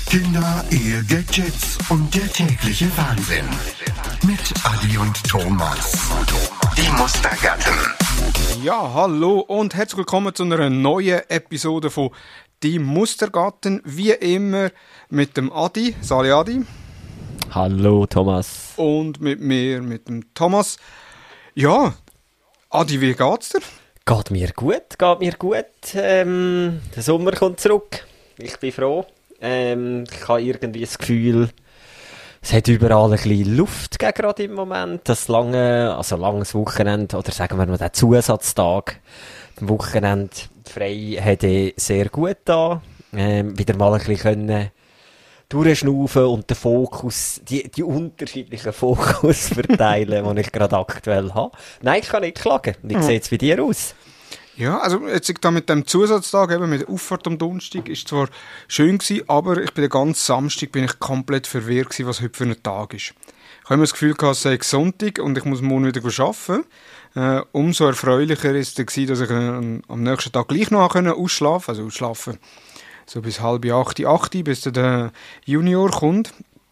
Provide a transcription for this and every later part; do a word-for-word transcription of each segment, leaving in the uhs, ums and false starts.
Kinder, Ehe, Gadgets und der tägliche Wahnsinn. Mit Adi und Thomas. Die Mustergatten. Ja, hallo und herzlich willkommen zu einer neuen Episode von Die Mustergatten. Wie immer mit dem Adi. Sali Adi. Hallo Thomas. Und mit mir, mit dem Thomas. Ja, Adi, wie geht's dir? Geht mir gut, geht mir gut. Ähm, der Sommer kommt zurück. Ich bin froh. Ähm, ich habe irgendwie das Gefühl, es hat überall ein bisschen Luft gerade im Moment. Das lange, also langes Wochenende, oder sagen wir mal den Zusatztag, am Wochenende frei, hat eh sehr gut da. Ähm, wieder mal ein bisschen können durchschnaufen und den Fokus, die, die unterschiedlichen Fokus verteilen, die ich gerade aktuell habe. Nein, ich kann nicht klagen. Wie sieht es bei dir aus? Ja, also jetzt da mit dem Zusatztag, eben mit der Auffahrt am Donnerstag, ist zwar schön gewesen, aber ich bin den ganzen Samstag bin ich komplett verwirrt gewesen, was heute für ein Tag ist. Ich habe immer das Gefühl gehabt, es sei Sonntag und ich muss morgen wieder arbeiten. Äh, umso erfreulicher ist es gewesen, dass ich äh, am nächsten Tag gleich noch ausschlafen konnte, also ausschlafen so bis halb acht, acht, bis der Junior kommt.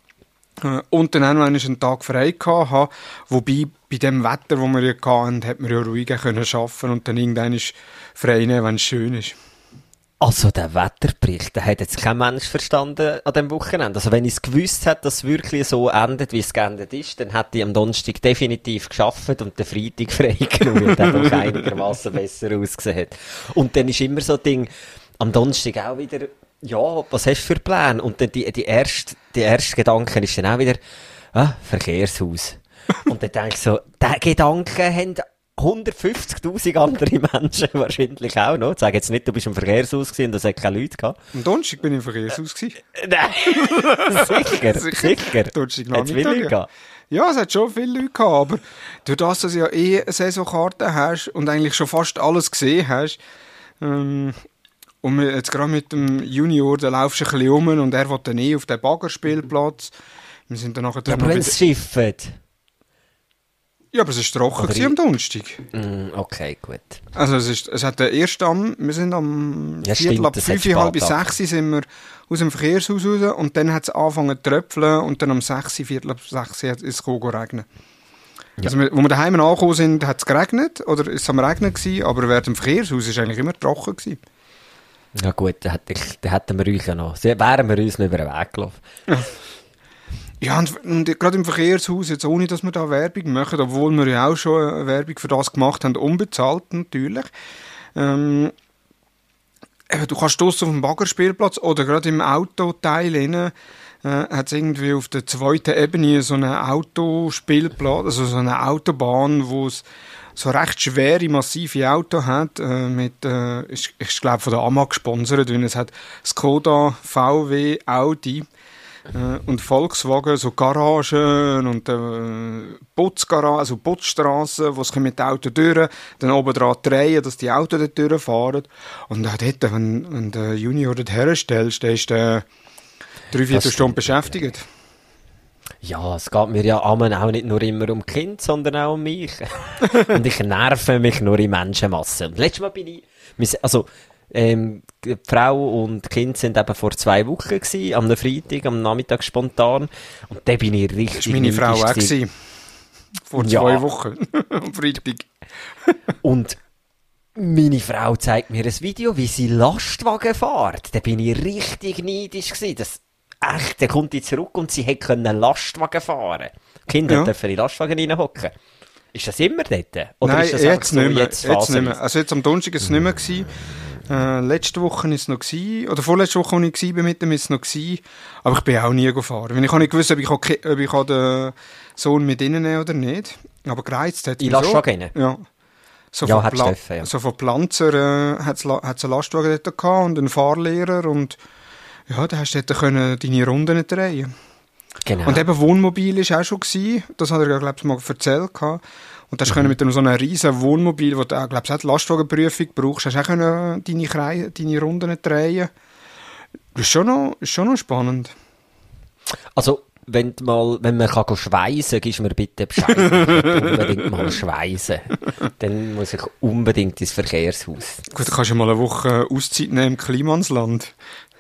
Und dann haben wir einen Tag frei gehabt, wobei bei dem Wetter, das wir ja hatten, hat man ja ruhig arbeiten können und dann irgendwann frei nehmen, wenn es schön ist. Also der Wetterbericht, den hat jetzt kein Mensch verstanden an diesem Wochenende. Also wenn ich es gewusst hätte, dass es wirklich so endet, wie es geendet ist, dann hätte ich am Donnerstag definitiv geschafft und den Freitag frei genommen, weil der doch einigermaßen besser ausgesehen hat. Und dann ist immer so ein Ding, am Donnerstag auch wieder, ja, was hast du für Pläne? Und dann die, die erste, die erste Gedanke ist dann auch wieder, ah, Verkehrshaus. Und dann denke ich so, diese Gedanken haben hundertfünfzigtausend andere Menschen wahrscheinlich auch noch. Ich sage jetzt nicht, du bist im Verkehrshaus gewesen und es hat keine Leute gehabt. Am Donnerstag bin ich im Verkehrshaus gewesen. Äh, nein, sicher, sicher. Donnerstag Hat's viele Leute gehabt? Ja, es hat schon viele Leute gehabt, aber durch das, dass du ja eh eine Saisonkarte hast und eigentlich schon fast alles gesehen hast, ähm, und jetzt gerade mit dem Junior, da laufst du ein bisschen rum und er will dann eh auf den Baggerspielplatz. Wir sind dann nachher ja, aber wenn es schifft. Ja, aber es war trocken gewesen am Donnerstag. Mm, okay, gut. Also es, ist, es hat der erste am, wir sind am ja, Viertel ab fünf, halb sechs sind wir aus dem Verkehrshaus raus und dann hat es angefangen zu tröpfeln und dann um sechs, viertel ab sechs ist es regnen. Ja. Also, wo wir daheim angekommen sind, hat es geregnet, oder ist es am Regnen gewesen, aber während dem Verkehrshaus war es eigentlich immer trocken gewesen. Ja gut, dann hätten wir uns ja noch, wären wir uns nicht über den Weg gelaufen. Ja, ja und, und gerade im Verkehrshaus, jetzt ohne, dass wir da Werbung machen, obwohl wir ja auch schon eine Werbung für das gemacht haben, unbezahlt natürlich. Ähm, du kannst draussen auf dem Baggerspielplatz oder gerade im Autoteil rein, äh, hat es irgendwie auf der zweiten Ebene so einen Autospielplatz, also so eine Autobahn, wo es so recht schwere, massive Auto hat, äh, mit, äh, ich, ich glaube von der A M A gesponsert, weil es hat Skoda, V W, Audi äh, und Volkswagen, so Garagen und äh, Putzgaragen, also Putzstrassen, wo es mit dem Auto durch, dann oben dran drehen, dass die Autos dort durchfahren. Und auch dort, wenn, wenn der Junior dort herstellst, der ist äh, drei, vier Stunden beschäftigt. Ja, es geht mir ja auch nicht nur immer um Kind, sondern auch um mich. Und ich nerve mich nur in Menschenmassen. Und letztes Mal bin ich, also, ähm, die Frau und Kind sind eben vor zwei Wochen gewesen, am Freitag, am Nachmittag spontan. Und da bin ich richtig. Das war meine Frau auch gewesen. Vor ja. zwei Wochen. Am Freitag. Und meine Frau zeigt mir ein Video, wie sie Lastwagen fährt. Da bin ich richtig neidisch gewesen. Das Echt, dann kommt die zurück und sie hätte einen Lastwagen fahren. Die Kinder ja. dürfen in den Lastwagen reinhocken. Ist das immer dort? Oder Nein, ist das jetzt so nicht mehr. Jetzt jetzt nicht mehr. Also jetzt am Donnerstag war es nicht mehr gewesen. Äh, letzte Woche war es noch gewesen. Oder vorletzte Woche, als ich war mit dem, war es noch gewesen. Aber ich bin auch nie gefahren. Weil ich habe nicht gewusst, ob ich, ob ich den Sohn mit ihnen nehmen oder nicht. Aber gereizt hat es mich so. In Lastwagen rein? Ja. So ja, von, Pla- dürfen, ja. so von Planzer äh, hat es einen Lastwagen dort gehabt und einen Fahrlehrer und ja, da hast du dort können deine Runden drehen. Genau. Und eben Wohnmobil war auch schon gewesen. Das hat er ja, glaube ich, mal erzählt. Und das mhm. können mit so einem riesen Wohnmobil, wo du auch, glaube ich, auch Lastwagenprüfung brauchst, hast du auch können deine, Kreise, deine Runden drehen. Das ist schon noch, ist schon noch spannend. Also, wenn, mal, wenn man kann schweissen kann, gibst du mir bitte Bescheid. Ich will unbedingt mal schweissen. Dann muss ich unbedingt ins Verkehrshaus. Gut, dann kannst du mal eine Woche Auszeit nehmen im Klimansland.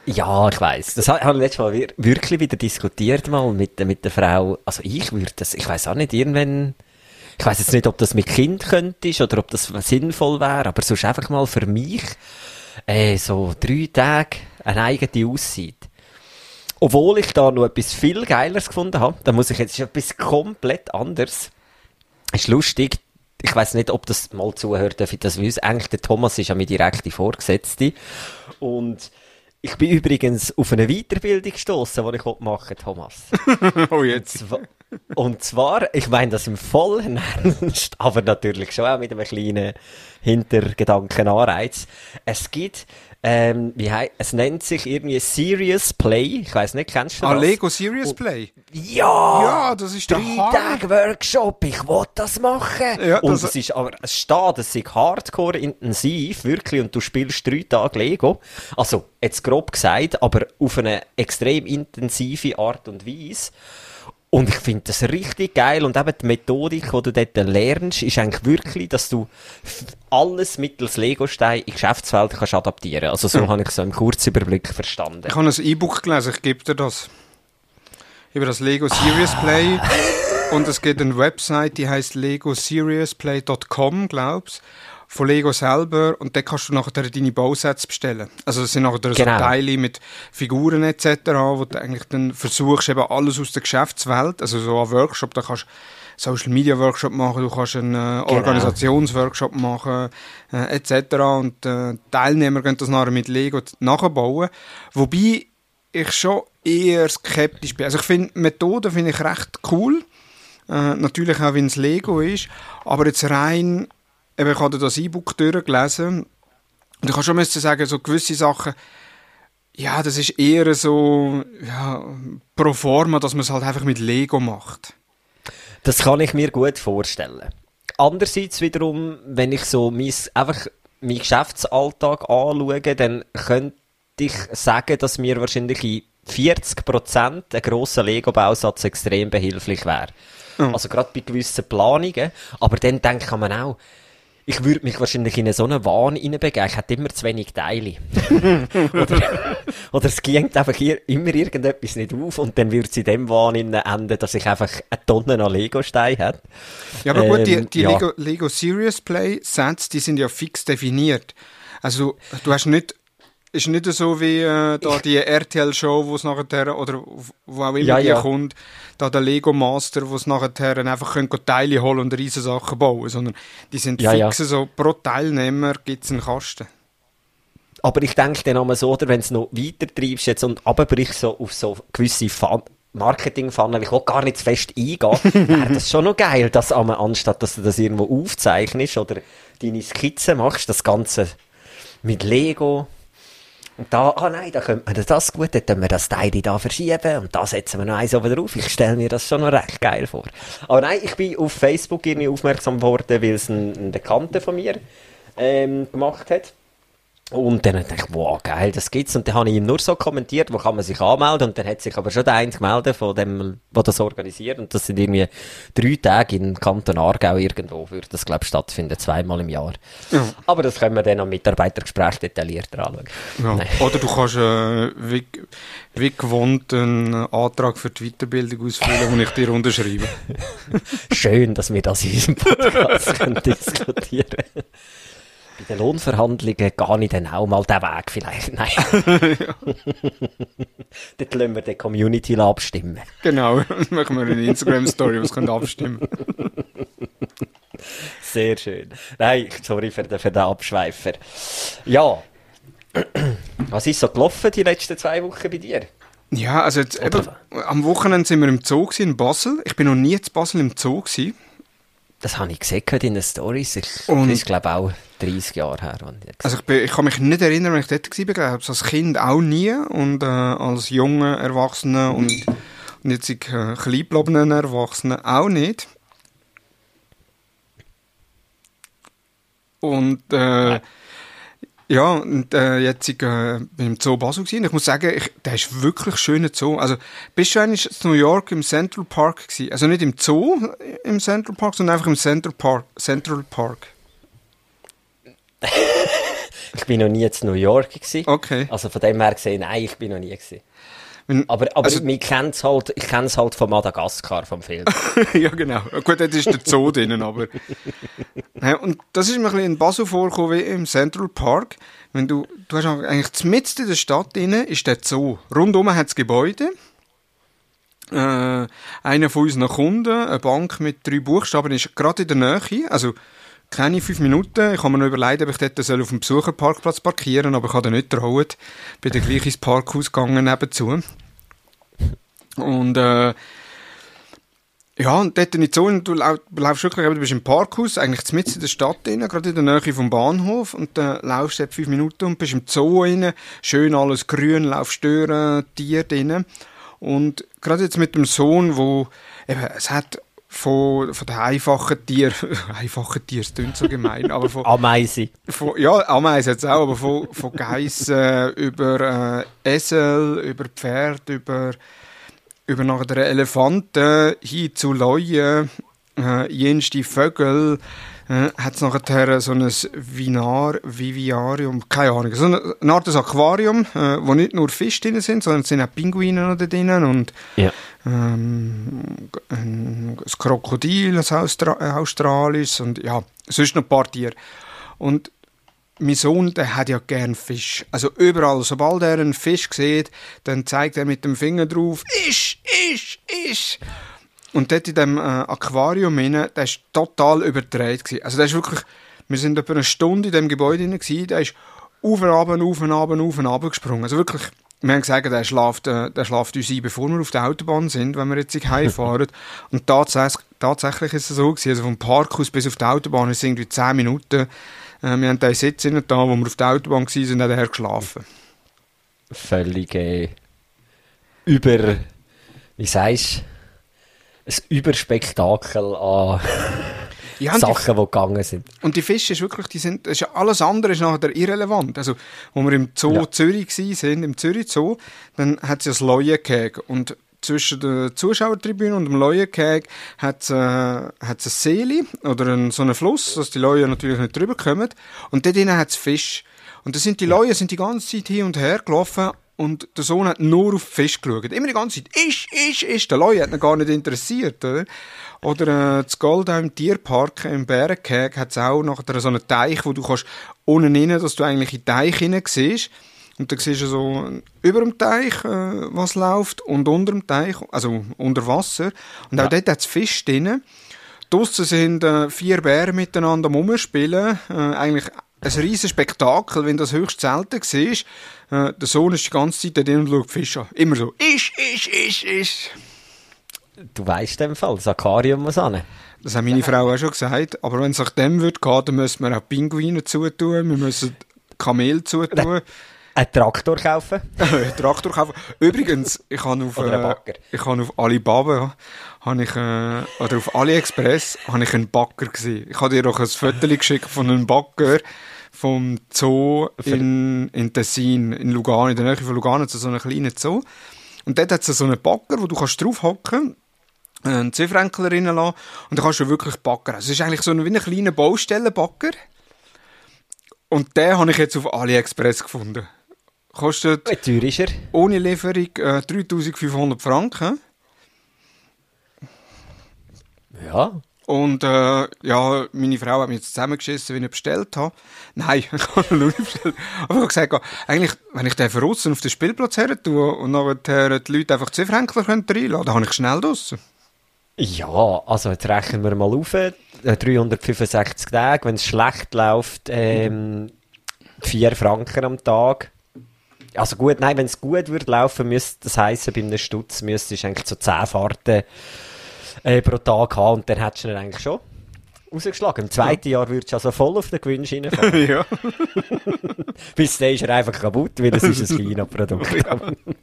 Ja, ich weiss. Das habe ich letztes Mal wir- wirklich wieder diskutiert mal mit, der- mit der Frau. Also ich würde das, ich weiss auch nicht, irgendwann, ich weiss jetzt nicht, ob das mit Kind könntest oder ob das sinnvoll wäre, aber sonst einfach mal für mich, äh, so drei Tage eine eigene Auszeit. Obwohl ich da noch etwas viel Geileres gefunden habe, da muss ich jetzt etwas komplett anderes. Ist lustig. Ich weiss nicht, ob das mal zuhört, darf ich das wissen. Eigentlich der Thomas ist ja meine direkte Vorgesetzte. Und ich bin übrigens auf eine Weiterbildung gestossen, die ich machen will, Thomas. Oh, jetzt. Und zwar, und zwar, ich meine das im vollen Ernst, aber natürlich schon auch mit einem kleinen Hintergedankenanreiz. Es gibt, ähm, wie heißt, es nennt sich irgendwie Serious Play. Ich weiss nicht, kennst du das? Ah, Lego Serious Und- Play? Ja! Ja, das ist der Drei Hammer. Tage Workshop, ich will das machen. Ja, und das- es ist aber, es steht, es ist hardcore intensiv, wirklich, und du spielst drei Tage Lego. Also, jetzt grob gesagt, aber auf eine extrem intensive Art und Weise. Und ich finde das richtig geil. Und eben die Methodik, die du dort lernst, ist eigentlich wirklich, dass du f- alles mittels Lego-Stein in Geschäftswelt kannst adaptieren. Also so habe ich so im Kurzüberblick verstanden. Ich habe ein E-Book gelesen, ich gebe dir das. Über das Lego Serious Play. Und es gibt eine Website, die heißt lego serious play dot com, glaubst von Lego selber. Und dort kannst du nachher deine Bausätze bestellen. Also das sind nachher so Genau. Teile mit Figuren et cetera, wo du eigentlich dann versuchst, eben alles aus der Geschäftswelt, also so ein Workshop, da kannst du Social Media Workshop machen, du kannst einen äh, Organisationsworkshop machen, äh, et cetera. Und äh, Teilnehmer können das nachher mit Lego nachbauen. Wobei ich schon eher skeptisch bin. Also ich finde, Methoden finde ich recht cool. Äh, natürlich auch, wenn es Lego ist. Aber jetzt rein, eben, ich habe das E-Book durchgelesen und ich kann schon müssen sagen, so gewisse Sachen, ja, das ist eher so, ja, pro forma, dass man es halt einfach mit Lego macht. Das kann ich mir gut vorstellen. Andererseits wiederum, wenn ich so mein, einfach meinen Geschäftsalltag anschaue, dann könnte ich sagen, dass mir wahrscheinlich in vierzig Prozent ein grosser Lego-Bausatz extrem behilflich wäre. Mhm. Also gerade bei gewissen Planungen. Aber dann denkt man auch, ich würde mich wahrscheinlich in so einen Wahn hineinbegeben. Ich hätte immer zu wenig Teile. oder, oder es geht einfach hier immer irgendetwas nicht auf und dann wird es in dem Wahn enden, dass ich einfach eine Tonne an Lego-Steinen habe. Ja, aber gut, die, Ähm, die ja. Lego, Lego Serious Play Sets, die sind ja fix definiert. Also du hast nicht, ist nicht so wie äh, da die R T L-Show, wo es nachher, oder wo auch immer Ja, die ja. kommt, da der Lego Master, wo es nachher einfach können Teile holen und riesen Sachen bauen, sondern die sind Ja, fix, ja. so pro Teilnehmer gibt es einen Kasten. Aber ich denke dann einmal so, oder wenn du es noch weiter treibst jetzt und runterbrichst so auf so gewisse Fun Marketing-Funnel, ich will gar nicht zu fest eingehen, wäre das schon noch geil, dass einmal, anstatt dass du das irgendwo aufzeichnest oder deine Skizze machst, das Ganze mit Lego. Und da, ah nein, da könnte man das gut, dann können wir das Teil da verschieben und da setzen wir noch eins oben drauf. Ich stelle mir das schon noch recht geil vor. Aber nein, ich bin auf Facebook irgendwie aufmerksam geworden, weil es ein, ein Bekannter von mir ähm, gemacht hat. Und dann dachte ich, wow, geil, das gibt's. Und dann habe ich ihm nur so kommentiert, wo kann man sich anmelden. Und dann hat sich aber schon der eine gemeldet, von dem, der das organisiert. Und das sind irgendwie drei Tage in Kanton Aargau irgendwo, würde das, glaube ich, stattfinden, zweimal im Jahr. Ja. Aber das können wir dann am Mitarbeitergespräch detaillierter anschauen. Ja. Nein. Oder du kannst äh, wie, wie gewohnt einen Antrag für die Weiterbildung ausfüllen, den ich dir unterschreibe. Schön, dass wir das in unserem Podcast können diskutieren können. Bei den Lohnverhandlungen gehe ich dann auch mal den Weg vielleicht. Nein. Dort lassen wir die Community abstimmen. Genau, dann machen wir eine Instagram-Story, was könnt abstimmen. Sehr schön. Nein, sorry für den, für den Abschweifer. Ja. Was ist so gelaufen die letzten zwei Wochen bei dir? Ja, also jetzt Oder- eben, am Wochenende sind wir im Zoo gewesen, in Basel. Ich bin noch nie in Basel im Zoo gewesen. Das habe ich gesehen in den Stories. Ich, Und- das ist, glaube ich, auch dreißig Jahre her. Als ich Also ich, bin, ich kann mich nicht erinnern, wenn ich dort war. Ich glaube, als Kind auch nie und äh, als junger Erwachsener und, und jetzt äh, kleingebliebenen Erwachsenen auch nicht. Und äh, ja, und äh, jetzt äh, bin ich im Zoo Basel gewesen. Ich muss sagen, ich, der ist wirklich ein schöner Zoo. Also bist du eigentlich in New York im Central Park gewesen? Also nicht im Zoo im Central Park, sondern einfach im Central Park. Central Park. Ich bin noch nie in New York gewesen. Okay. Also von dem her gesehen, nein, ich bin noch nie gewesen. Wenn, Aber, aber also, ich kenne es halt, ich kenn's halt von Madagaskar, vom Film. ja, genau. Gut, dort ist der Zoo drinnen, aber... Ja, und das ist mir ein bisschen in Basel vorgekommen, wie im Central Park. Wenn du, du hast eigentlich mitten in der Stadt drinnen ist der Zoo. Rundum hat es Gebäude. Äh, einer von unseren Kunden, eine Bank mit drei Buchstaben, ist gerade in der Nähe. Also, keine fünf Minuten. Ich habe mir noch überlegt, ob ich dort auf dem Besucherparkplatz parkieren soll, aber ich habe nicht getraut. Bin dann gleich ins Parkhaus gegangen nebenzu. Und, äh, ja, und dort nicht so, und du lau- laufst wirklich, du bist im Parkhaus, eigentlich mitten in der Stadt drin, gerade in der Nähe vom Bahnhof, und dann laufst du dort fünf Minuten und bist im Zoo drin, schön alles grün, laufst durch, Tiere drin. Und gerade jetzt mit dem Sohn, wo, eben, es hat von, von den einfachen Tieren, einfachen Tiere, das klingt so gemein, aber von, Ameise. von, ja, Ameisen jetzt auch, aber von, von Geissen über äh, Esel, über Pferd, über, über nachher den Elefanten, hin zu Leuen, äh, jenste Vögel, äh, hat es nachher so ein Vinar, Viviarium, keine Ahnung, so eine, eine Art Aquarium, äh, wo nicht nur Fische drin sind, sondern es sind auch Pinguine noch da drin und Ja. ähm, ein, ein Krokodil, ein Austra- ein australisches und ja, sonst noch ein paar Tiere. Und mein Sohn, der hat ja gern Fisch. Also überall, sobald er einen Fisch sieht, dann zeigt er mit dem Finger drauf, isch, isch, isch. Und dort in diesem äh, Aquarium, rein, der war total überdreht gewesen. Also der ist wirklich, wir sind etwa eine Stunde in diesem Gebäude drin gewesen, der ist auf und ab, auf und ab, auf und ab gesprungen. Also wirklich, wir haben gesagt, der schläft, äh, der schläft uns ein, bevor wir auf der Autobahn sind, wenn wir jetzt heimfahren. Und tatsächlich, tatsächlich ist es so gewesen, also vom Parkhaus bis auf die Autobahn ist es irgendwie zehn Minuten. Äh, wir haben den Sitz da, wo wir auf der Autobahn waren, sind er geschlafen. Völlig äh, über, wie sagst du, ein Überspektakel an Ja, und Sachen, die gegangen sind. Und die Fische ist wirklich, die sind, das ist ja, alles andere ist nachher irrelevant. Also, wo wir im Zoo Ja. Zürich waren, im Zürich Zoo, dann hat es ja das Leuenkäge. Und zwischen der Zuschauertribüne und dem Leuenkäge hat es äh, hat's ein Seeli oder ein, so einen Fluss, dass die Leuen natürlich nicht drüber kommen. Und dort drinnen hat es Fisch. Und da sind die Leuen sind die ganze Zeit hin und her gelaufen. Und der Sohn hat nur auf die Fische geschaut. Immer die ganze Zeit. Isch, isch, isch. Der Leue hat ihn gar nicht interessiert. Oder, oder äh, das Goldau im Tierpark im Bärenkäge hat es auch nachher so einen Teich, wo du kannst unten rein, dass du eigentlich in den Teich hinein siehst. Und dann siehst du so über dem Teich, äh, was läuft, und unter dem Teich, also unter Wasser. Und auch Ja. dort hat es Fisch drin. Draussen sind äh, vier Bären miteinander am Rumspielen. Äh, eigentlich ein riesen Spektakel, wenn das höchst selten siehst. Äh, der Sohn ist die ganze Zeit da drin und schaut Fisch an. Immer so, isch, isch, isch, isch. Du weißt in dem Fall, das Aquarium muss an. Das hat meine Frau auch schon gesagt. Aber wenn es nach dem wird gehen, dann müssen wir auch Pinguine zutun, wir müssen Kamel zutun. Einen Traktor kaufen. Einen Traktor kaufen. Übrigens, ich habe auf, Oder einen äh, Bagger. ich habe auf Alibaba, habe ich, äh, oder auf AliExpress, habe ich einen Bagger gesehen. Ich habe dir auch ein Foto geschickt von einem Bagger vom Zoo in, in Tessin, in Lugano, in der Nähe von Lugano, so einen kleinen Zoo. Und dort hat es so einen Bagger, wo du kannst draufhocken, einen Zwiebeln reinlassen und dann kannst du wirklich baggern. Also es ist eigentlich so ein, wie ein kleiner Baustellenbagger. Und den habe ich jetzt auf AliExpress gefunden. Kostet Wie teuer ist er? ohne Lieferung äh, dreitausendfünfhundert Franken. Ja. Und äh, ja, meine Frau hat mich jetzt zusammengeschissen, wie ich bestellt habe. Nein, ich habe ihn noch nicht bestellt. Aber ich habe gesagt, eigentlich, wenn ich den von aussen auf den Spielplatz her tue und nachher die Leute einfach Zwiebelhändler reinladen können, dann habe ich schnell draussen. Ja, also jetzt rechnen wir mal auf. äh, dreihundertfünfundsechzig Tage, wenn es schlecht läuft, ähm, vier Franken am Tag. Also gut, nein, wenn es gut würde laufen, müsste das heissen, bei einem Stutz müsstest du eigentlich so zehn Fahrten äh, pro Tag haben und dann hättest du ihn eigentlich schon rausgeschlagen. Im zweiten Jahr würdest du also voll auf den Gewinn reinfahren. Ja. Bis dann ist er einfach kaputt, weil es ist ein China-Produkt. Ja.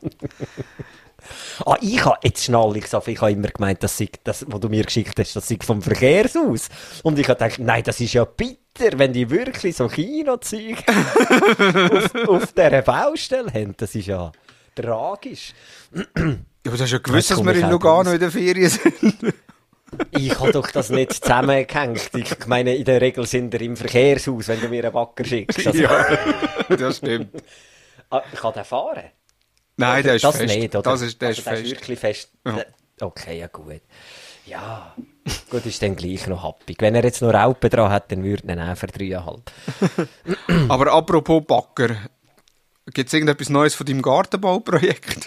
Ah, ich habe, jetzt schnall ich auf, ich habe immer gemeint, dass ich, das, was du mir geschickt hast, das sei vom Verkehrshaus. Und ich habe gedacht, nein, das ist ja bitter, wenn die wirklich so Kinozeug auf, auf dieser Baustelle haben. Das ist ja tragisch. Ja, aber du hast ja gewusst, Jetzt dass komme wir ich in auch Lugano raus. in der Ferien sind. Ich habe doch das nicht zusammengehängt. Ich meine, in der Regel sind wir im Verkehrshaus, wenn du mir einen Bagger schickst. Also, Ja, das stimmt. ah, kann der fahren? Nein, der ist das fest. nicht, oder? Das ist, der also, ist der fest. ist wirklich fest. Ja. Okay, ja gut. Ja, gut, ist dann gleich noch happig. Wenn er jetzt noch Raupen dran hat, dann würde er ihn auch für dreieinhalb. Aber apropos Bagger, gibt es irgendetwas Neues von deinem Gartenbauprojekt?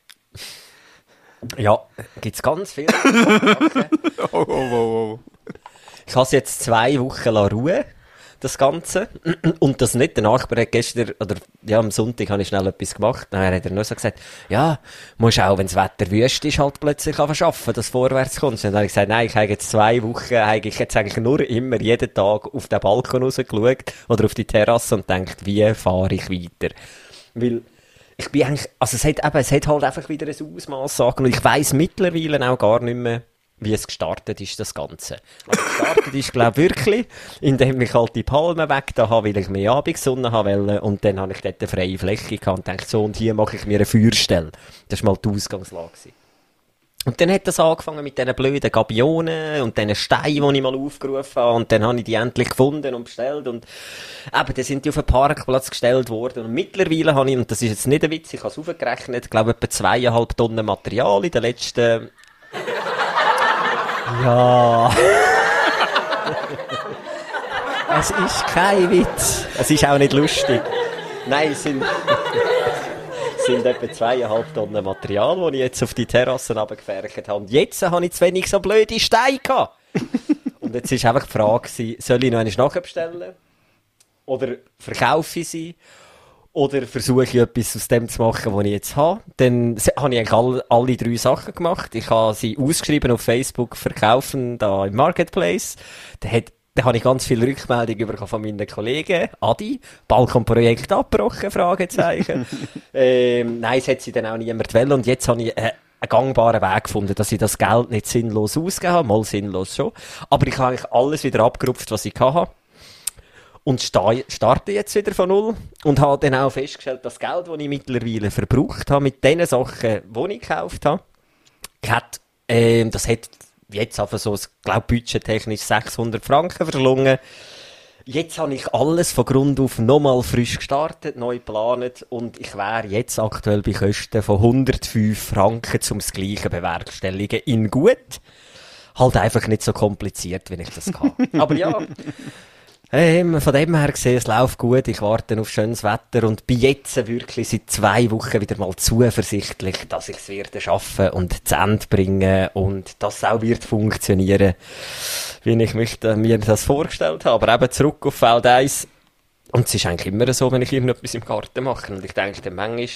Ja, gibt es ganz viele. Oh, oh, oh, oh. Ich habe es jetzt zwei Wochen ruhen, das Ganze. Und das nicht. Der Nachbar hat gestern, oder ja, am Sonntag habe ich schnell etwas gemacht. Dann hat er nur so gesagt, ja, musst auch, wenn das Wetter wüst ist, halt plötzlich arbeiten, dass du vorwärts kommst. Und dann habe ich gesagt, nein, ich habe jetzt zwei Wochen, eigentlich jetzt eigentlich nur immer jeden Tag auf den Balkon rausgeschaut oder auf die Terrasse und gedacht, wie fahre ich weiter? Weil, ich bin eigentlich, also es hat eben, es hat halt einfach wieder ein Ausmaß sagen und ich weiss mittlerweile auch gar nicht mehr, wie es gestartet ist, das Ganze. Also gestartet ist, glaube ich, wirklich, indem ich halt die Palmen weg da habe, weil ich mehr Abendsonne haben wollte und dann habe ich dort eine freie Fläche gehabt und dachte so, und hier mache ich mir eine Feuerstelle. Das war mal die Ausgangslage. Und dann hat das angefangen mit diesen blöden Gabionen und diesen Steinen, die ich mal aufgerufen habe. Und dann habe ich die endlich gefunden und bestellt. Und eben, dann sind die auf den Parkplatz gestellt worden. Und mittlerweile habe ich, und das ist jetzt nicht ein Witz, ich habe es aufgerechnet, glaube ich, etwa zweieinhalb Tonnen Material in den letzten... Ja... Es ist kein Witz. Es ist auch nicht lustig. Nein, es sind... Es sind etwa zweieinhalb Tonnen Material, die ich jetzt auf die Terrassen runtergefercht habe. Und jetzt habe ich zu wenig so blöde Steine gehabt. Und jetzt war einfach die Frage, soll ich noch einmal nachbestellen? Oder verkaufe ich sie? Oder versuche ich etwas aus dem zu machen, was ich jetzt habe? Dann habe ich eigentlich alle, alle drei Sachen gemacht. Ich habe sie ausgeschrieben auf Facebook, verkaufen, da im Marketplace. Da hat Da habe ich ganz viele Rückmeldungen bekommen von meinen Kollegen. Adi, Balkonprojekt abgebrochen, Fragezeichen. ähm, nein, es hat sie dann auch niemand wollen. Und jetzt habe ich äh, einen gangbaren Weg gefunden, dass ich das Geld nicht sinnlos ausgegeben habe. Mal sinnlos schon. Aber ich habe eigentlich alles wieder abgerupft, was ich hatte. Und sta- starte jetzt wieder von Null. Und habe dann auch festgestellt, das Geld, das ich mittlerweile verbraucht habe, mit den Sachen, die ich gekauft habe, hat, ähm, das hat jetzt einfach so, ich glaube, budgettechnisch sechshundert Franken verschlungen. Jetzt habe ich alles von Grund auf nochmal frisch gestartet, neu geplant und ich wäre jetzt aktuell bei Kosten von hundertfünf Franken zum das Gleiche bewerkstelligen. In gut. Halt einfach nicht so kompliziert, wie ich das kann. Aber ja, ähm, von dem her gesehen, es läuft gut. Ich warte auf schönes Wetter und bin jetzt wirklich seit zwei Wochen wieder mal zuversichtlich, dass ich es werde schaffen und zu Ende bringen und dass es auch wird funktionieren, wie ich mich, äh, mir das vorgestellt habe. Aber eben zurück auf Feld eins. Und es ist eigentlich immer so, wenn ich irgendetwas im Garten mache. Und ich denke dann manchmal,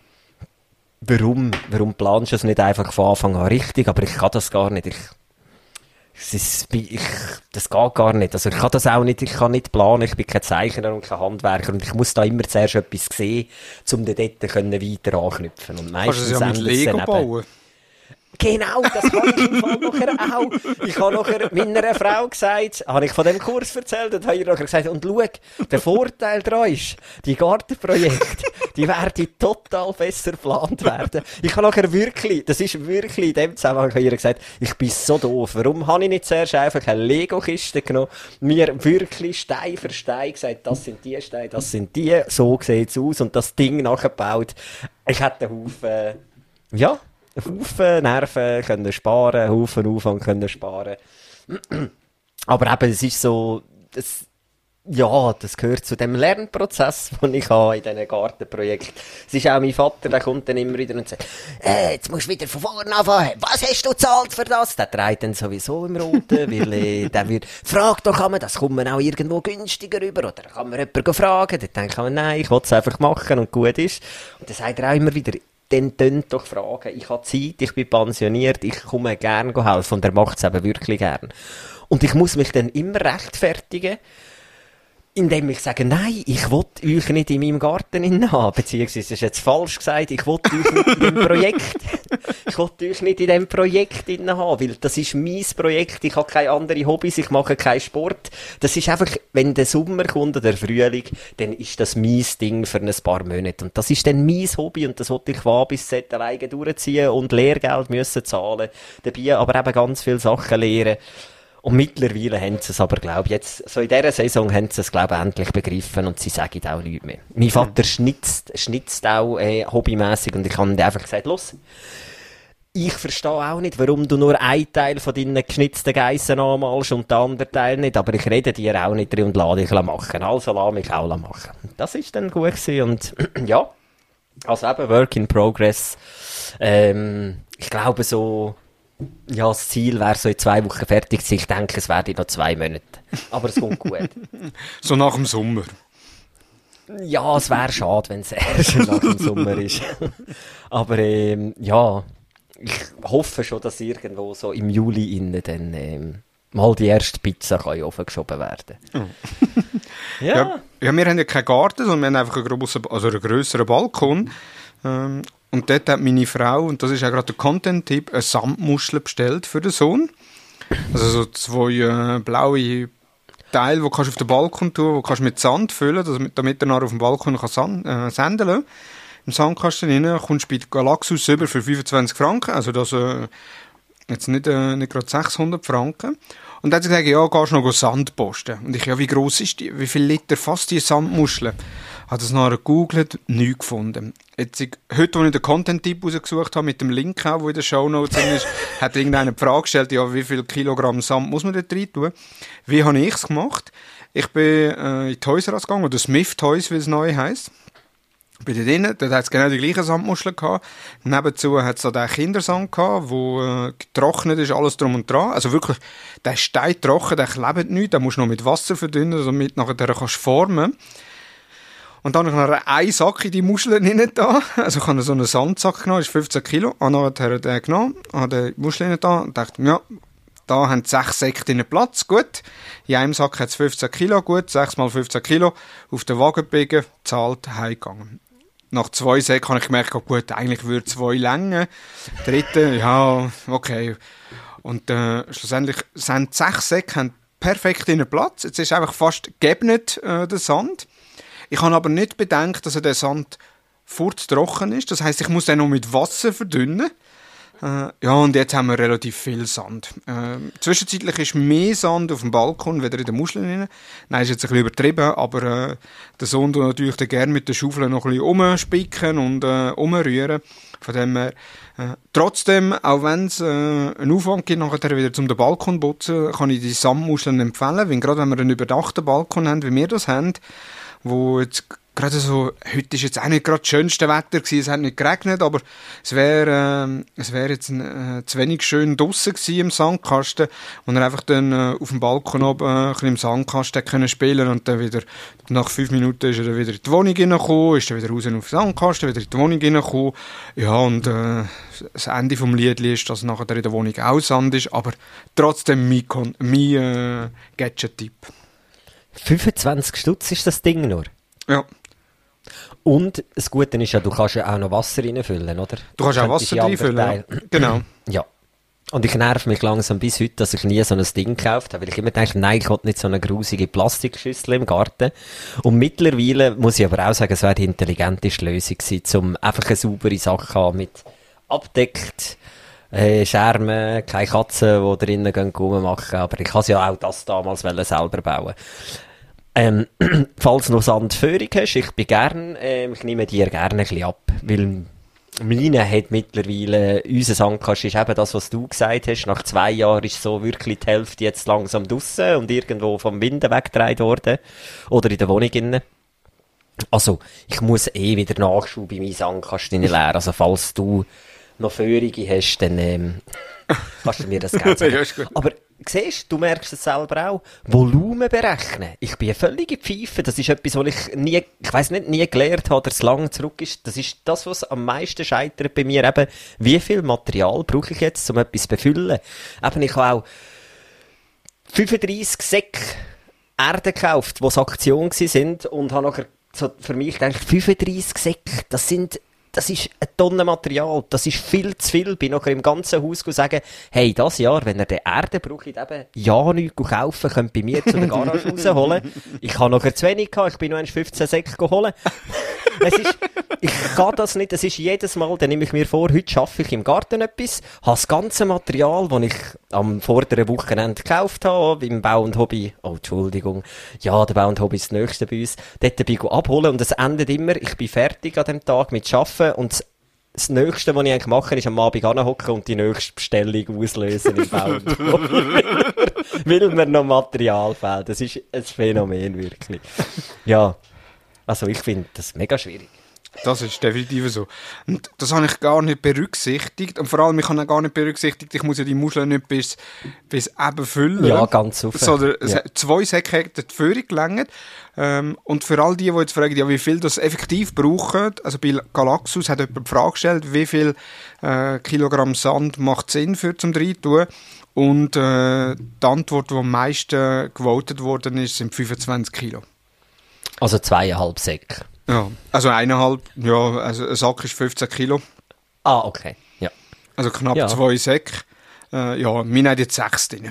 warum, warum planst du es nicht einfach von Anfang an richtig? Aber ich kann das gar nicht. Ich, Es ist, ich, das geht gar nicht. Also ich kann das auch nicht, ich kann nicht planen, ich bin kein Zeichner und kein Handwerker und ich muss da immer zuerst etwas sehen, um dann dort können weiter anknüpfen. Und meistens kannst du es ja mit Lego bauen? Genau, das habe ich im Fall nachher auch. Ich habe nachher meiner Frau gesagt, habe ich von dem Kurs erzählt und habe ihr nachher gesagt, und schau, der Vorteil daran ist, die Gartenprojekte, die werden total besser geplant werden. Ich habe nachher wirklich, das ist wirklich in dem Zusammenhang, habe ich ihr gesagt, ich bin so doof. Warum habe ich nicht zuerst einfach eine Lego-Kiste genommen, mir wirklich Stein für Stein gesagt, das sind die Steine, das sind die, so sieht es aus und das Ding nachgebaut. Ich hätte einen Haufen, ja, Haufen Nerven können sparen, Haufen Aufwand können sparen. Aber eben, es ist so, das, ja, das gehört zu dem Lernprozess, den ich habe in diesen Gartenprojekten. Es ist auch mein Vater, der kommt dann immer wieder und sagt, äh, jetzt musst du wieder von vorne anfangen. Was hast du gezahlt für das? Der dreht dann sowieso im Roten, weil äh, der wird, frag doch, kann man, das kommt man auch irgendwo günstiger rüber, oder kann man jemanden fragen? Dann denke ich, nein, ich will es einfach machen und gut ist. Und dann sagt er auch immer wieder, dann tönt doch fragen. Ich habe Zeit, ich bin pensioniert, ich komme gerne helfen und er macht es eben wirklich gern. Und ich muss mich dann immer rechtfertigen, indem ich sage, nein, ich will euch nicht in meinem Garten haben, beziehungsweise, das ist jetzt falsch gesagt, ich will euch nicht in dem Projekt, Ich wollte euch nicht in diesem Projekt drin haben, weil das ist mein Projekt, ich habe keine anderen Hobbys, ich mache keinen Sport. Das ist einfach, wenn der Sommer kommt oder der Frühling, dann ist das mein Ding für ein paar Monate. Und das ist dann mein Hobby und das wollte ich von A bis Z alleine durchziehen und Lehrgeld müssen zahlen, dabei aber eben ganz viele Sachen lernen. Und mittlerweile haben sie es aber, glaube ich, jetzt, so in dieser Saison haben sie es, glaube ich, endlich begriffen und sie sagen auch nichts mehr. Mein Vater schnitzt, schnitzt auch äh, hobbymässig und ich habe ihm einfach gesagt, los, ich verstehe auch nicht, warum du nur einen Teil von deinen geschnitzten Geissen anmalst und den anderen Teil nicht, aber ich rede dir auch nicht drin und lasse dich machen. Also lass mich auch machen. Das ist dann gut gewesen und ja, also eben Work in Progress. Ähm, ich glaube so, ja, das Ziel wäre so in zwei Wochen fertig zu sein. Ich denke, es werden noch zwei Monate. Aber es kommt gut. So nach dem Sommer. Ja, es wäre schade, wenn es erst nach dem Sommer ist. Aber ähm, ja, ich hoffe schon, dass irgendwo so im Juli innen dann ähm, mal die erste Pizza kann aufgeschoben werden. Oh. ja. Ja, ja, wir haben ja keinen Garten, sondern wir haben einfach einen, grossen, also einen grösseren Balkon. Ähm, Und dort hat meine Frau, und das ist auch gerade der Content-Tipp, eine Sandmuschel bestellt für den Sohn. Also so zwei äh, blaue Teile, die kannst du auf den Balkon tun, die kannst du mit Sand füllen, damit, damit er nachher auf dem Balkon kann sand, äh, sendeln kann. Im Sandkasten rein kommst du bei Galaxus über für fünfundzwanzig Franken, also das äh, jetzt nicht, äh, nicht gerade sechshundert Franken. Und dann hat sie gesagt, ja, gehst du noch Sand posten. Und ich, ja, wie gross ist die, wie viel Liter fasst die Sandmuschel? Hat das nachher gegoogelt, nichts gefunden. Jetzt, ich, heute, als ich den Content-Tipp rausgesucht habe, mit dem Link auch, der in den Shownotes drin ist, hat irgendeiner die Frage gestellt, ja, wie viel Kilogramm Sand muss man dort rein tun? Wie habe ich es gemacht? Ich bin äh, in Toys R Us gegangen, oder Smith Toys, wie es neu heisst. Bei dort drinnen, dort hat es genau die gleichen Sandmuscheln gehabt. Nebenzu hat es da den Kindersand gehabt, der äh, getrocknet ist, alles drum und dran. Also wirklich, der ist steintrocken, der klebt nicht, den musst du noch mit Wasser verdünnen, damit nachher den kannst formen. Und dann habe ich noch einen Sack in die Muscheln rein da. Also ich habe so einen Sandsack genommen, das ist fünfzehn Kilo. Und dann hat er den genommen, habe die Muscheln rein da und dachte, ja, da haben sechs Säcke drin Platz, gut. In einem Sack hat es fünfzehn Kilo, gut, sechs mal fünfzehn Kilo, auf den Wagen biegen, zahlt, heimgegangen. Nach zwei Säcken habe ich gemerkt, gut, eigentlich würde zwei länger. Dritte, ja, okay. Und äh, schlussendlich sind sechs Säcke haben perfekt drin Platz. Jetzt ist einfach fast geebnet, äh, der Sand. Ich habe aber nicht bedenkt, dass der Sand furztrocken ist. Das heisst, ich muss den noch mit Wasser verdünnen. Äh, ja, und jetzt haben wir relativ viel Sand. Äh, zwischenzeitlich ist mehr Sand auf dem Balkon, weder in den Muscheln rein. Nein, ist jetzt ein bisschen übertrieben, aber äh, der Sohn tut natürlich gerne mit der Schaufel noch ein bisschen rumspicken und äh, rumrühren. Von dem her, äh, trotzdem, auch wenn es äh, einen Aufwand gibt, nachher wieder zum den Balkon putzen, kann ich die Sandmuscheln empfehlen, weil gerade wenn wir einen überdachten Balkon haben, wie wir das haben, wo jetzt gerade so, heute ist jetzt auch nicht gerade das schönste Wetter gewesen, es hat nicht geregnet, aber es wäre äh, es wäre jetzt äh, zu wenig schön draussen gewesen im Sandkasten und er einfach dann äh, auf dem Balkon oben äh, ein bisschen im Sandkasten können spielen und dann wieder, nach fünf Minuten ist er dann wieder in die Wohnung reingekommen, ist dann wieder raus auf den Sandkasten, wieder in die Wohnung reingekommen, ja, und äh, das Ende vom Lied ist, dass nachher in der Wohnung auch Sand ist, aber trotzdem mein, Kon- mein äh, Gadget-Tipp. fünfundzwanzig Stutz ist das Ding nur? Ja. Und das Gute ist ja, du kannst ja auch noch Wasser reinfüllen, oder? Du kannst auch Wasser reinfüllen, ja. Genau. Ja. Und ich nerv mich langsam bis heute, dass ich nie so ein Ding gekauft habe, weil ich immer denke, nein, ich will nicht so eine grusige Plastikschüssel im Garten. Und mittlerweile muss ich aber auch sagen, es wäre die intelligenteste Lösung gewesen, um einfach eine saubere Sache zu haben mit abdeckt, äh, Schermen, keine Katzen, die drinnen gehen, rummachen. Aber ich kann ja auch das damals selber bauen. Ähm, falls du noch Sandführung hast, ich bin gern, ähm, ich nehme dir gerne ein bisschen ab, weil meine hat mittlerweile, unser Sandkasten ist eben das, was du gesagt hast, nach zwei Jahren ist so wirklich die Hälfte jetzt langsam draussen und irgendwo vom Wind weggetragen worden, oder in der Wohnung innen. Also, ich muss eh wieder Nachschub bei meinem Sandkasten leeren, also falls du noch Führungen hast, dann ähm, kannst du mir das gerne sagen. Ja, aber siehst du, merkst es selber auch, Volumen berechnen. Ich bin eine völlige Pfeife. Das ist etwas, was ich nie, ich weiss nicht, nie gelernt habe, oder es lange zurück ist. Das ist das, was am meisten scheitert bei mir. Eben, wie viel Material brauche ich jetzt, um etwas zu befüllen? Eben, ich habe auch fünfunddreissig Säcke Erde gekauft, die Aktion waren und habe nachher so für mich gedacht, fünfunddreissig Säcke, das sind das ist eine Tonne Material, das ist viel zu viel. Ich bin nachher im ganzen Haus sagen, hey, das Jahr, wenn ihr den Erde braucht, eben ja nichts kaufen, könnt bei mir zu der Garage rausholen. Ich habe nachher zu wenig gehabt, ich bin noch einmal fünfzehn Säcke holen. Es ist, ich kann das nicht, es ist jedes Mal, dann nehme ich mir vor, heute arbeite ich im Garten etwas, habe das ganze Material, das ich am vorderen Wochenende gekauft habe, beim Bau und Hobby, oh, Entschuldigung, ja, der Bau und Hobby ist das nächste bei uns, dort bin ich abholen und es endet immer, ich bin fertig an dem Tag mit Arbeiten und das Nächste, was ich eigentlich mache, ist am Abend anhocken und die nächste Bestellung auslösen im Bau und Hobby, weil mir noch Material fehlt. Das ist ein Phänomen, wirklich. Ja. Also ich finde das mega schwierig. Das ist definitiv so. Und das habe ich gar nicht berücksichtigt. Und vor allem, ich habe auch gar nicht berücksichtigt, ich muss ja die Muscheln nicht bis, bis eben füllen. Ja, ganz super. Sondern ja. zwei Säcke hätten die Führung gelangt. Ähm, und für all die, die jetzt fragen, ja, wie viel das effektiv brauchen, also bei Galaxus hat jemand die Frage gestellt, wie viel äh, Kilogramm Sand macht Sinn für zum Reintun. Und äh, die Antwort, die am meisten gewotet worden ist, sind fünfundzwanzig Kilo. Also zweieinhalb Säcke. Ja, also eineinhalb, ja, also ein Sack ist fünfzehn Kilo. Ah, okay, ja. Also knapp ja. zwei Säcke. Äh, ja, wir haben jetzt sechs drin.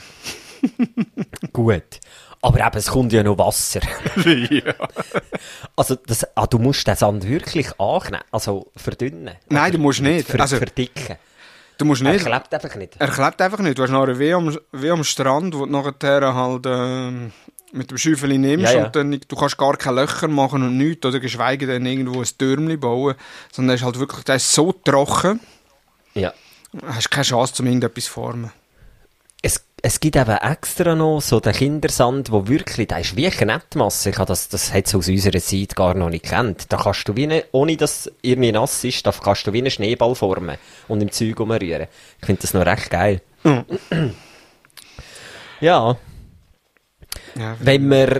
Gut. Aber eben, es kommt ja noch Wasser. Ja. Also, das, ah, du musst den Sand wirklich annehmen, also verdünnen. Nein, du musst nicht. Ver, also, verdicken. Du musst nicht. Er klebt einfach nicht. Er klebt einfach nicht. Du hast nachher wie am, wie am Strand, wo du nachher halt äh, mit dem Schäufeli nimmst ja, ja. und dann, du kannst gar keine Löcher machen und nichts, oder geschweige denn irgendwo ein Türmchen bauen, sondern er ist halt wirklich, der ist so trocken, ja. du hast keine Chance, um irgendetwas zu formen. Es, es gibt eben extra noch so den Kindersand, wo wirklich, der ist wie Knettmasse. Ich habe das, das hat es aus unserer Zeit gar noch nicht gekannt. Da kannst du wie eine, ohne dass irgendwie nass ist, da kannst du wie einen Schneeball formen und im Zeug rumrühren. Ich finde das noch recht geil. Mhm. Ja. Ja, wenn wir,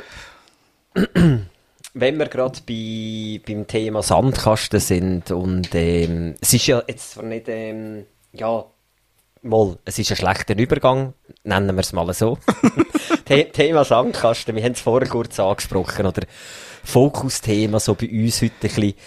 wenn wir gerade bei, beim Thema Sandkasten sind und ähm, es ist ja jetzt zwar nicht, ähm, ja, mal, es ist ein schlechter Übergang, nennen wir es mal so. The- Thema Sandkasten, wir haben es vorher kurz angesprochen, oder Fokusthema so bei uns heute ein bisschen.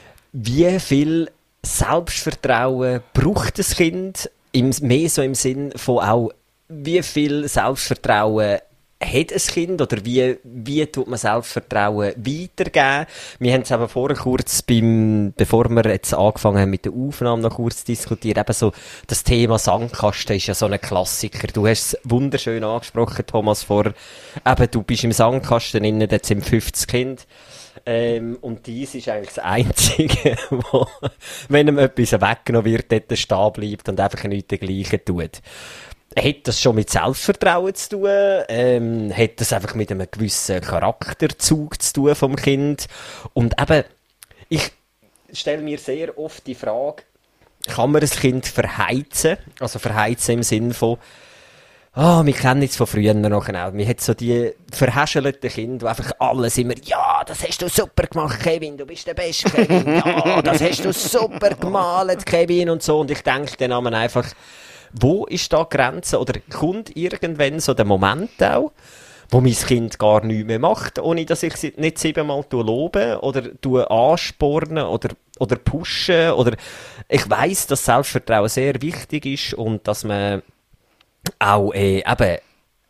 Wie viel Selbstvertrauen braucht das Kind, im, mehr so im Sinn von auch, wie viel Selbstvertrauen hat ein Kind oder wie, wie tut man Selbstvertrauen weitergeben? Wir haben es eben vorher kurz, beim, bevor wir jetzt angefangen haben mit der Aufnahme, noch kurz diskutiert. Eben so, das Thema Sandkasten ist ja so ein Klassiker. Du hast es wunderschön angesprochen, Thomas, vor. Eben, du bist im Sandkasten innen, dort sind fünfzig Kinder. Ähm, und dies ist eigentlich das Einzige, wo, wenn ihm etwas weggenommen wird, dort stehen bleibt und einfach nichts dergleichen tut. Hat das schon mit Selbstvertrauen zu tun? Ähm, hat das einfach mit einem gewissen Charakterzug zu tun vom Kind? Und eben, ich stelle mir sehr oft die Frage, kann man ein Kind verheizen? Also verheizen im Sinn von, ah, oh, wir kennen es von früher noch auch. Wir haben so die verhäschelten Kinder, die einfach alles immer, ja, das hast du super gemacht, Kevin, du bist der Beste, Kevin. Ja, das hast du super gemalt, Kevin, und so. Und ich denke dann einfach, wo ist da die Grenze? Oder kommt irgendwann so der Moment auch, wo mein Kind gar nichts mehr macht, ohne dass ich sie nicht siebenmal lobe oder ansporne oder, oder pushe? Oder ich weiss, dass Selbstvertrauen sehr wichtig ist und dass man auch äh, eben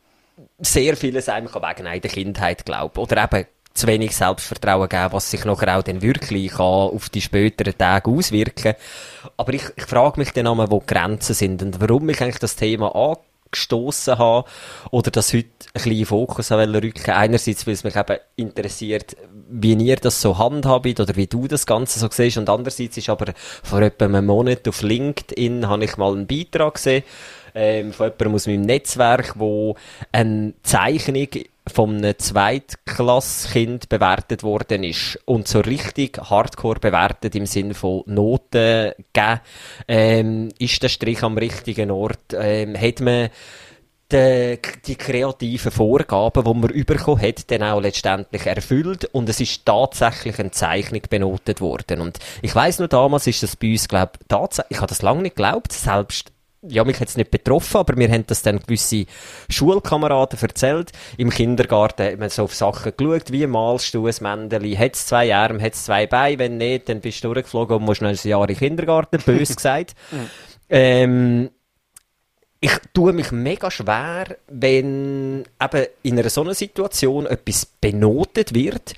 sehr vieles einem wegen in der Kindheit glauben oder eben zu wenig Selbstvertrauen geben, was sich nachher auch dann wirklich kann auf die späteren Tage auswirken. Aber ich, ich frage mich dann einmal, wo die Grenzen sind und warum ich eigentlich das Thema angestossen habe oder das heute ein bisschen in Fokus rücken. Einerseits, weil es mich eben interessiert, wie ihr das so handhabt oder wie du das Ganze so siehst, und andererseits ist aber vor etwa einem Monat auf LinkedIn habe ich mal einen Beitrag gesehen ähm, von jemandem aus meinem Netzwerk, wo eine Zeichnung von einem Zweitklasskind bewertet worden ist und so richtig hardcore bewertet im Sinne von Noten geben, ähm, ist der Strich am richtigen Ort, ähm, hat man die, die kreativen Vorgaben, die man bekommen hat, dann auch letztendlich erfüllt und es ist tatsächlich eine Zeichnung benotet worden. Und ich weiss noch, damals ist das bei uns, glaube ich, tatsächlich, ich habe das lange nicht geglaubt, selbst ja, mich hat es nicht betroffen, aber mir haben das dann gewisse Schulkameraden erzählt. Im Kindergarten hat man so auf Sachen geschaut, wie malst du ein Männchen? Hat es zwei Arme, hat es zwei Beine? Wenn nicht, dann bist du durchgeflogen und musst noch ein Jahr in den Kindergarten, bös gesagt. ähm, ich tue mich mega schwer, wenn eben in einer so einer Situation etwas benotet wird,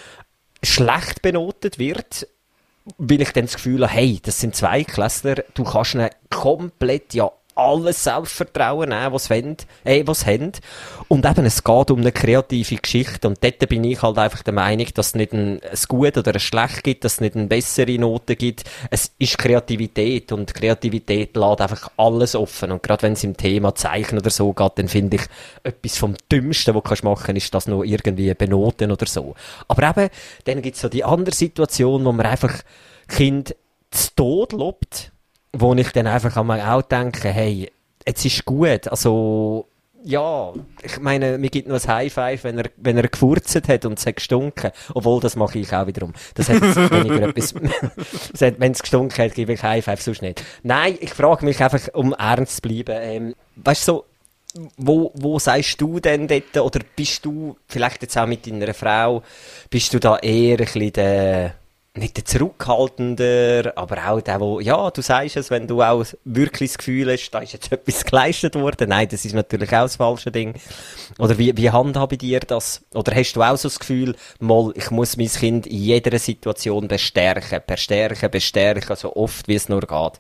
schlecht benotet wird, weil ich dann das Gefühl habe, hey, das sind Zweiklässler, du kannst ihnen komplett ja alles Selbstvertrauen nehmen, was sie wollen, äh, was sie haben. Und eben, es geht um eine kreative Geschichte. Und dort bin ich halt einfach der Meinung, dass es nicht ein, ein Gut oder ein Schlecht gibt, dass es nicht eine bessere Note gibt. Es ist Kreativität und Kreativität lässt einfach alles offen. Und gerade wenn es im Thema Zeichen oder so geht, dann finde ich, etwas vom Dümmsten, was du machen kannst, ist das noch irgendwie benoten oder so. Aber eben, dann gibt es so die andere Situation, wo man einfach Kind zu Tod lobt, wo ich dann einfach einmal auch denke, hey, jetzt ist gut, also, ja, ich meine, mir gibt noch ein High Five, wenn er, wenn er gefurzt hat und es hat gestunken, obwohl, das mache ich auch wiederum. Das hat jetzt weniger etwas, wenn es gestunken hat, gebe ich High Five, sonst nicht. Nein, ich frage mich einfach, um ernst zu bleiben, ähm, weißt du, so, Wo, wo sagst du denn dort, oder bist du, vielleicht jetzt auch mit deiner Frau, bist du da eher ein bisschen der, nicht der Zurückhaltender, aber auch der, wo, ja, du sagst es, wenn du auch wirklich das Gefühl hast, da ist jetzt etwas geleistet worden. Nein, das ist natürlich auch das falsche Ding. Oder wie, wie handhabe ich dir das? Oder hast du auch so das Gefühl, mal, ich muss mein Kind in jeder Situation bestärken, bestärken, bestärken, so oft wie es nur geht?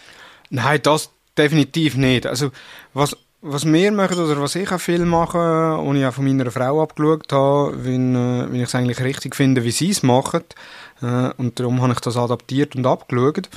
Nein, das definitiv nicht. Also, was, was wir machen, oder was ich auch viel mache, und ich auch von meiner Frau abgeschaut habe, wenn, äh, wenn ich es eigentlich richtig finde, wie sie es machen, äh, und darum habe ich das adaptiert und abgeschaut,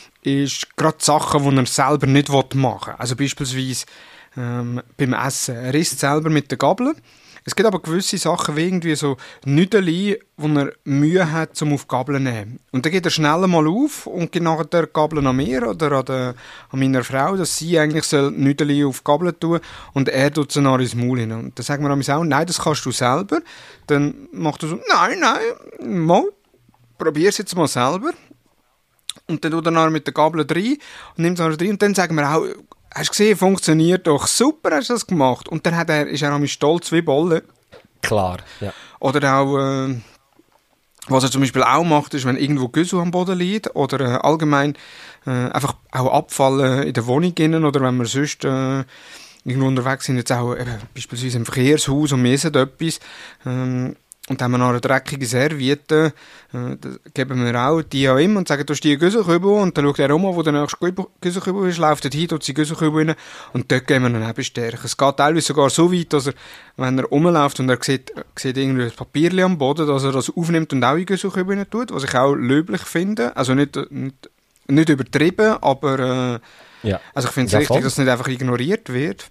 ist gerade Sachen, die er selber nicht machen will. Also beispielsweise ähm, beim Essen. Er isst selber mit der Gabel. Es gibt aber gewisse Sachen, wie irgendwie so Nüdeli, wo er Mühe hat, um auf die Gabel zu nehmen. Und dann geht er schnell mal auf und gibt nachher die Gabel an mir oder an, der, an meiner Frau, dass sie eigentlich soll Nüdeli auf die Gabel tun und er tut sie nachher ins Maul hin. Und dann sagen wir an auch, nein, das kannst du selber. Dann macht er so, nein, nein, mal, probier es jetzt mal selber. Und dann tut er nachher mit der Gabel rein und nimmt es nachher rein und dann sagen wir auch, hast du gesehen, funktioniert doch, super hast du das gemacht. Und dann hat er, ist er auch stolz wie Bolle. Klar, ja. Oder auch, äh, was er zum Beispiel auch macht, ist, wenn irgendwo Güssel am Boden liegt oder äh, allgemein äh, einfach auch Abfall äh, in der Wohnung innen oder wenn wir sonst äh, irgendwo unterwegs sind, jetzt auch eben, beispielsweise im Verkehrshaus und wir essen etwas, ähm, und dann haben wir noch eine dreckige Serviette, äh, das geben wir auch die an ihm und sagen, du hast die Güsselkübel und dann schaut er um, wo der nächste Güsselkübel ist, läuft dort hin, tut die Güsselkübel rein und dort geben wir dann eben Stärke. Es geht teilweise sogar so weit, dass er, wenn er rumläuft und er sieht, sieht irgendwie ein Papierchen am Boden, dass er das aufnimmt und auch in die Güsselkübel rein tut, was ich auch löblich finde. Also nicht, nicht, nicht übertrieben, aber äh, ja. Also ich finde es ja, richtig, voll, dass es nicht einfach ignoriert wird.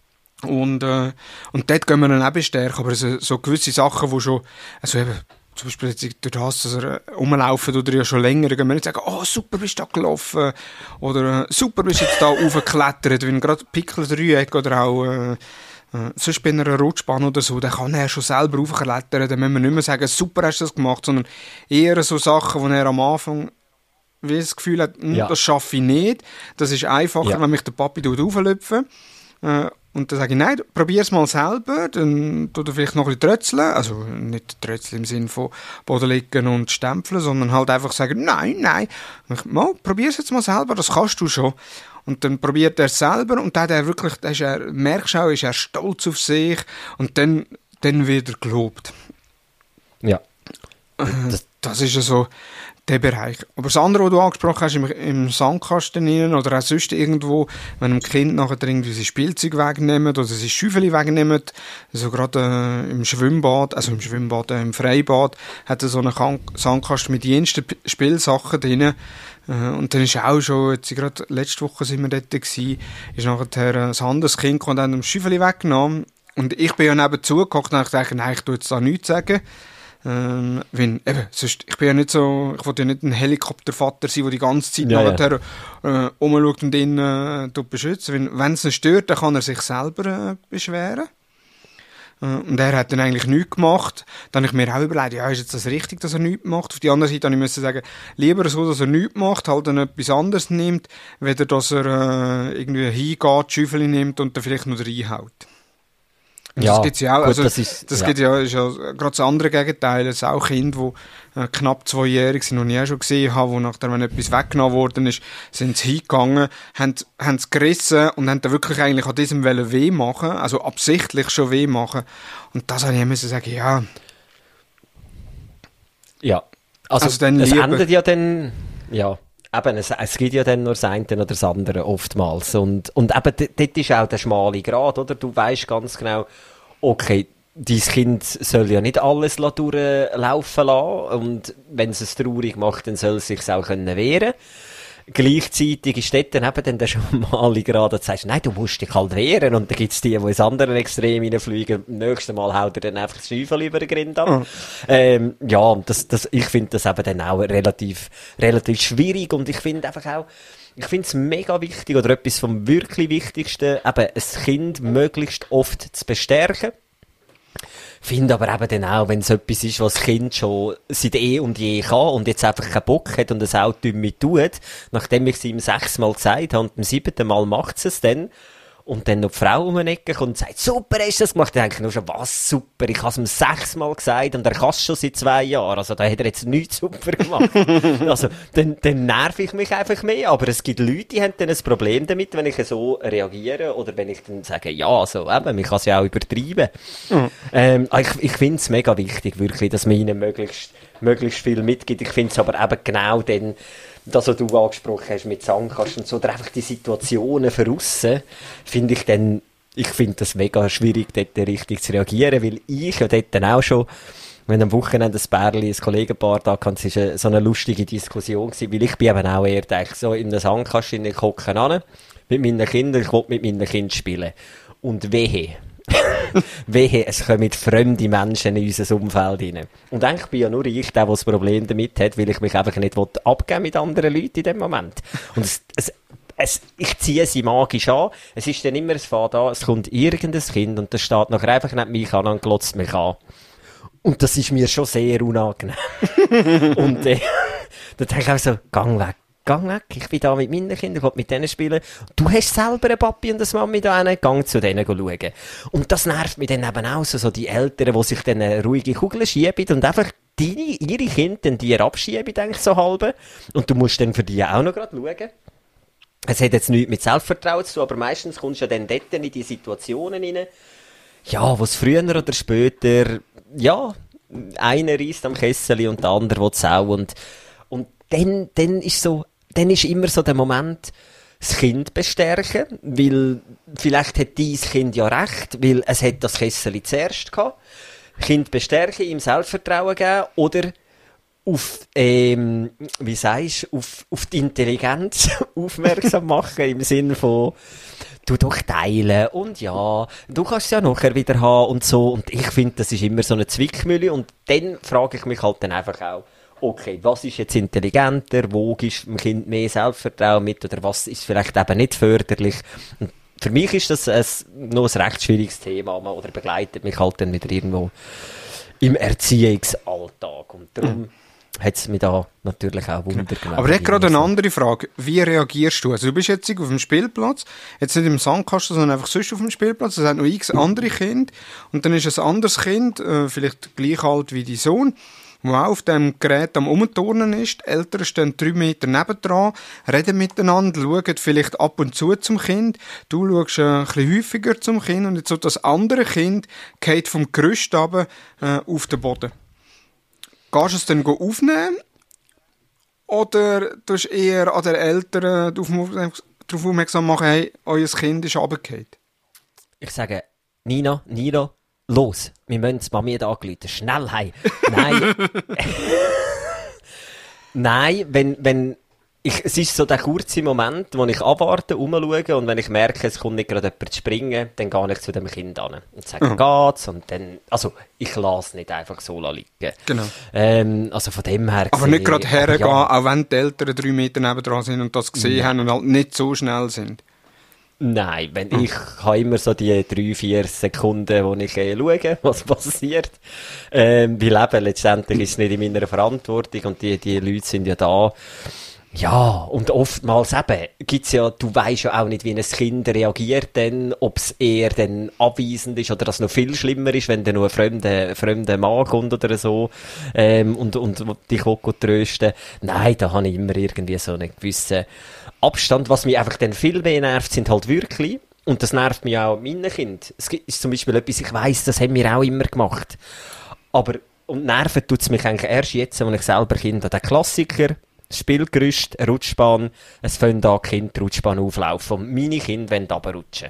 Und, äh, und dort gehen wir dann auch bestärken, aber so, so gewisse Sachen, die schon, also eben, zum Beispiel jetzt durch das, dass er rumlaufen oder ja schon länger, dann gehen wir nicht sagen, oh, super, bist du da gelaufen, oder äh, super, bist du jetzt da raufgeklettert, wenn gerade Pickel Dreieck oder auch, äh, äh, sonst bei einer Rutschbahn oder so, dann kann er schon selber raufklettern, dann müssen wir nicht mehr sagen, super, hast du das gemacht, sondern eher so Sachen, wo er am Anfang wie das Gefühl hat, ja. Das schaffe ich nicht, das ist einfacher, ja. Wenn mich der Papi rauflöpfen, äh, und dann sage ich, nein, probier es mal selber, dann tut er vielleicht noch ein bisschen trötzeln, also nicht trötzeln im Sinne von Boden liegen und stempeln, sondern halt einfach sagen, nein, nein, mal, probier es jetzt mal selber, das kannst du schon. Und dann probiert er es selber und dann hat er wirklich, dann ist er, merkst du auch, ist er stolz auf sich und dann, dann wird er gelobt. Ja. Das, das ist ja so der Bereich. Aber das andere, was du angesprochen hast, im, im Sandkasten rein, oder auch sonst irgendwo, wenn ein Kind nachher irgendwie sein Spielzeug wegnehmen oder sein Schäufeli wegnehmen, also gerade äh, im Schwimmbad, also im Schwimmbad, äh, im Freibad, hat er so einen Sandkasten mit jensten Spielsachen drin. Äh, und dann ist auch schon, jetzt gerade letzte Woche sind wir dort gewesen, ist nachher ein anderes Kind und dann das Schäufeli weggenommen. Und ich bin ja nebenzu gekocht und ich dachte, nein, ich tue jetzt da nichts sagen. Ähm, wenn, eben, sonst, ich bin ja nicht so, ich wollte ja nicht ein Helikoptervater sein, der die ganze Zeit ja, nachher ja. äh, rumschaut und ihn äh, beschützt. Wenn es ihn stört, dann kann er sich selber äh, beschweren. Und er hat dann eigentlich nichts gemacht. Dann habe ich mir auch überlegt, ja, ist jetzt das richtig, dass er nichts macht? Auf die andere Seite habe ich müssen sagen, lieber so, dass er nichts macht, halt dann etwas anderes nimmt, weder dass er äh, irgendwie hingeht, Schüffel nimmt und dann vielleicht noch reinhaut. Ja, das gibt's ja auch. gut, Also, das ist, das ja. gibt ja, ist ja gerade das andere Gegenteil. Es sind auch Kinder, die äh, knapp zweijährig sind, die ich auch schon gesehen habe, wo nachdem, wenn etwas weggenommen worden ist, sind sie hingegangen, haben, haben es gerissen und haben dann wirklich eigentlich an diesem wollen weh machen, also absichtlich schon weh machen. Und das habe ich müssen sagen, ja. Ja, also, Also dann es lieber- endet ja dann, ja, eben, es, es gibt ja dann nur das eine oder das andere oftmals. Und, und eben, d- dort ist auch der schmale Grat, oder? Du weisst ganz genau, okay, dein Kind soll ja nicht alles la- durchlaufen lassen. Und wenn es es traurig macht, dann soll es sich auch können wehren. Gleichzeitig ist dort dann eben dann der schmale Grad, dass du sagst, nein, du musst dich halt wehren. Und dann gibt es die, die ins andere Extrem hineinfliegen. Am nächsten Mal haut er dann einfach das Schäufel über den Grind ab. Mhm. Ähm, ja, das, das, ich finde das eben dann auch relativ, relativ schwierig. Und ich finde einfach auch, ich finde es mega wichtig, oder etwas vom wirklich Wichtigsten, eben ein Kind möglichst oft zu bestärken. Finde aber eben dann auch, wenn es etwas ist, was das Kind schon seit eh und je kann und jetzt einfach keinen Bock hat und es auch dumm tut, nachdem ich es ihm sechsmal gesagt habe und beim siebten Mal macht es es dann und dann noch die Frau um die Ecke kommt und sagt, super, hast du das gemacht? Dann denke ich nur schon, was super, ich habe es ihm sechsmal gesagt und er kann es schon seit zwei Jahren, also da hat er jetzt nichts super gemacht. Also, dann, dann nerv ich mich einfach mehr, aber es gibt Leute, die haben dann ein Problem damit, wenn ich so reagiere oder wenn ich dann sage, ja, also eben, man kann es ja auch übertreiben. Mhm. Ähm, ich ich finde es mega wichtig, wirklich, dass man ihnen möglichst, möglichst viel mitgibt. Ich finde es aber eben genau dann, das, was du angesprochen hast mit Sandkasten und so, oder einfach die Situationen von aussen, finde ich dann, ich finde das mega schwierig, dort richtig zu reagieren, weil ich ja dort dann auch schon, wenn am Wochenende ein Bärli, ein Kollegenpaar da kam, es war so eine lustige Diskussion gewesen, weil ich bin eben auch eher, denke, so in einem Sandkasten, ich hocke an, mit meinen Kindern, ich will mit meinen Kindern spielen. Und wehe. Wehe, es kommen fremde Menschen in unser Umfeld rein. Und eigentlich bin ja nur ich der, der das Problem damit hat, weil ich mich einfach nicht abgeben mit anderen Leuten in dem Moment. Und es, es, es, ich ziehe sie magisch an. Es ist dann immer ein Fall da, es kommt irgendein Kind und das steht nachher einfach nicht mich an und glotzt mich an. Und das ist mir schon sehr unangenehm. Und äh, dann denke ich auch so, gang weg. Gang weg, ich bin da mit meinen Kindern, ich will mit denen spielen. Du hast selber einen Papi und eine Mami da hin, gang zu denen schauen. Und das nervt mich dann eben auch so, so die Eltern, die sich dann eine ruhige Kugel schieben und einfach deine, ihre Kinder dann dir abschieben, denke ich, so halbe. Und du musst dann für die auch noch gerade schauen. Es hat jetzt nichts mit Selbstvertrauen zu tun, aber meistens kommst du ja dann dort in die Situationen rein, ja, wo es früher oder später, ja, einer reisst am Kessel und der andere will es auch. Und, und dann, dann ist so, dann ist immer so der Moment, das Kind bestärken, weil vielleicht hat dein Kind ja recht, weil es hat das Kessel zuerst gehabt. Kind bestärken, ihm Selbstvertrauen geben oder auf, ähm, wie sagst du, auf, auf die Intelligenz aufmerksam machen, im Sinne von, du doch teilen und ja, du kannst es ja nachher wieder haben und so. Und ich finde, das ist immer so eine Zwickmühle und dann frage ich mich halt dann einfach auch, okay, was ist jetzt intelligenter, wo gibst dem Kind mehr Selbstvertrauen mit oder was ist vielleicht eben nicht förderlich. Und für mich ist das ein, noch ein recht schwieriges Thema oder begleitet mich halt dann wieder irgendwo im Erziehungsalltag und darum mhm. hat es mich da natürlich auch Wunder gemacht. Aber ich habe gerade eine andere Frage. Wie reagierst du? Also du bist jetzt auf dem Spielplatz, jetzt nicht im Sandkasten, sondern einfach sonst auf dem Spielplatz, es sind noch x andere Kinder und dann ist ein anderes Kind, äh, vielleicht gleich alt wie dein Sohn, der auch auf dem Gerät am Umturnen ist. Die Eltern stehen drei Meter nebendran, reden miteinander, schauen vielleicht ab und zu zum Kind. Du schaust äh, ein bisschen häufiger zum Kind und jetzt so das andere Kind geht vom Gerüst runter, äh, auf den Boden. Gehst du es dann aufnehmen? Oder tust du eher an den Eltern darauf aufmerksam machen, hey, euer Kind ist runtergefallen? Ich sage, Nina, Nina, los, wir müssen die Mami da anrufen, schnell heim. Nein. Nein, wenn, wenn, ich, es ist so der kurze Moment, wo ich abwarte, umschaue und wenn ich merke, es kommt nicht gerade jemand zu springen, dann gehe ich zu dem Kind an und sage, mhm. geht's? Und dann, also, ich lasse nicht einfach so liegen. Genau. Ähm, also von dem her aber nicht gerade hergehen, ja. Auch wenn die Eltern drei Meter nebendran sind und das gesehen mhm. haben und halt nicht so schnell sind. Nein, wenn ich habe immer so die drei, vier Sekunden, wo ich äh, schaue, was passiert. Ähm, weil eben letztendlich ist es nicht in meiner Verantwortung und die, die Leute sind ja da. Ja, und oftmals eben gibt's ja, du weisst ja auch nicht, wie ein Kind reagiert dann, ob es eher dann abweisend ist oder das noch viel schlimmer ist, wenn dann nur ein fremder, fremder Mann kommt oder so, ähm, und, und dich will trösten. Nein, da habe ich immer irgendwie so einen gewissen Abstand. Was mich einfach dann viel mehr nervt, sind halt wirklich, und das nervt mich auch meine Kinder. Es ist zum Beispiel etwas, ich weiss, das haben wir auch immer gemacht. Aber, und nerven tut's mich eigentlich erst jetzt, wenn ich selber Kind habe. Der Klassiker, das Spielgerüst, eine Rutschbahn, es fangen da Kinder die Rutschbahn auflaufen und meine Kinder wollen runterrutschen.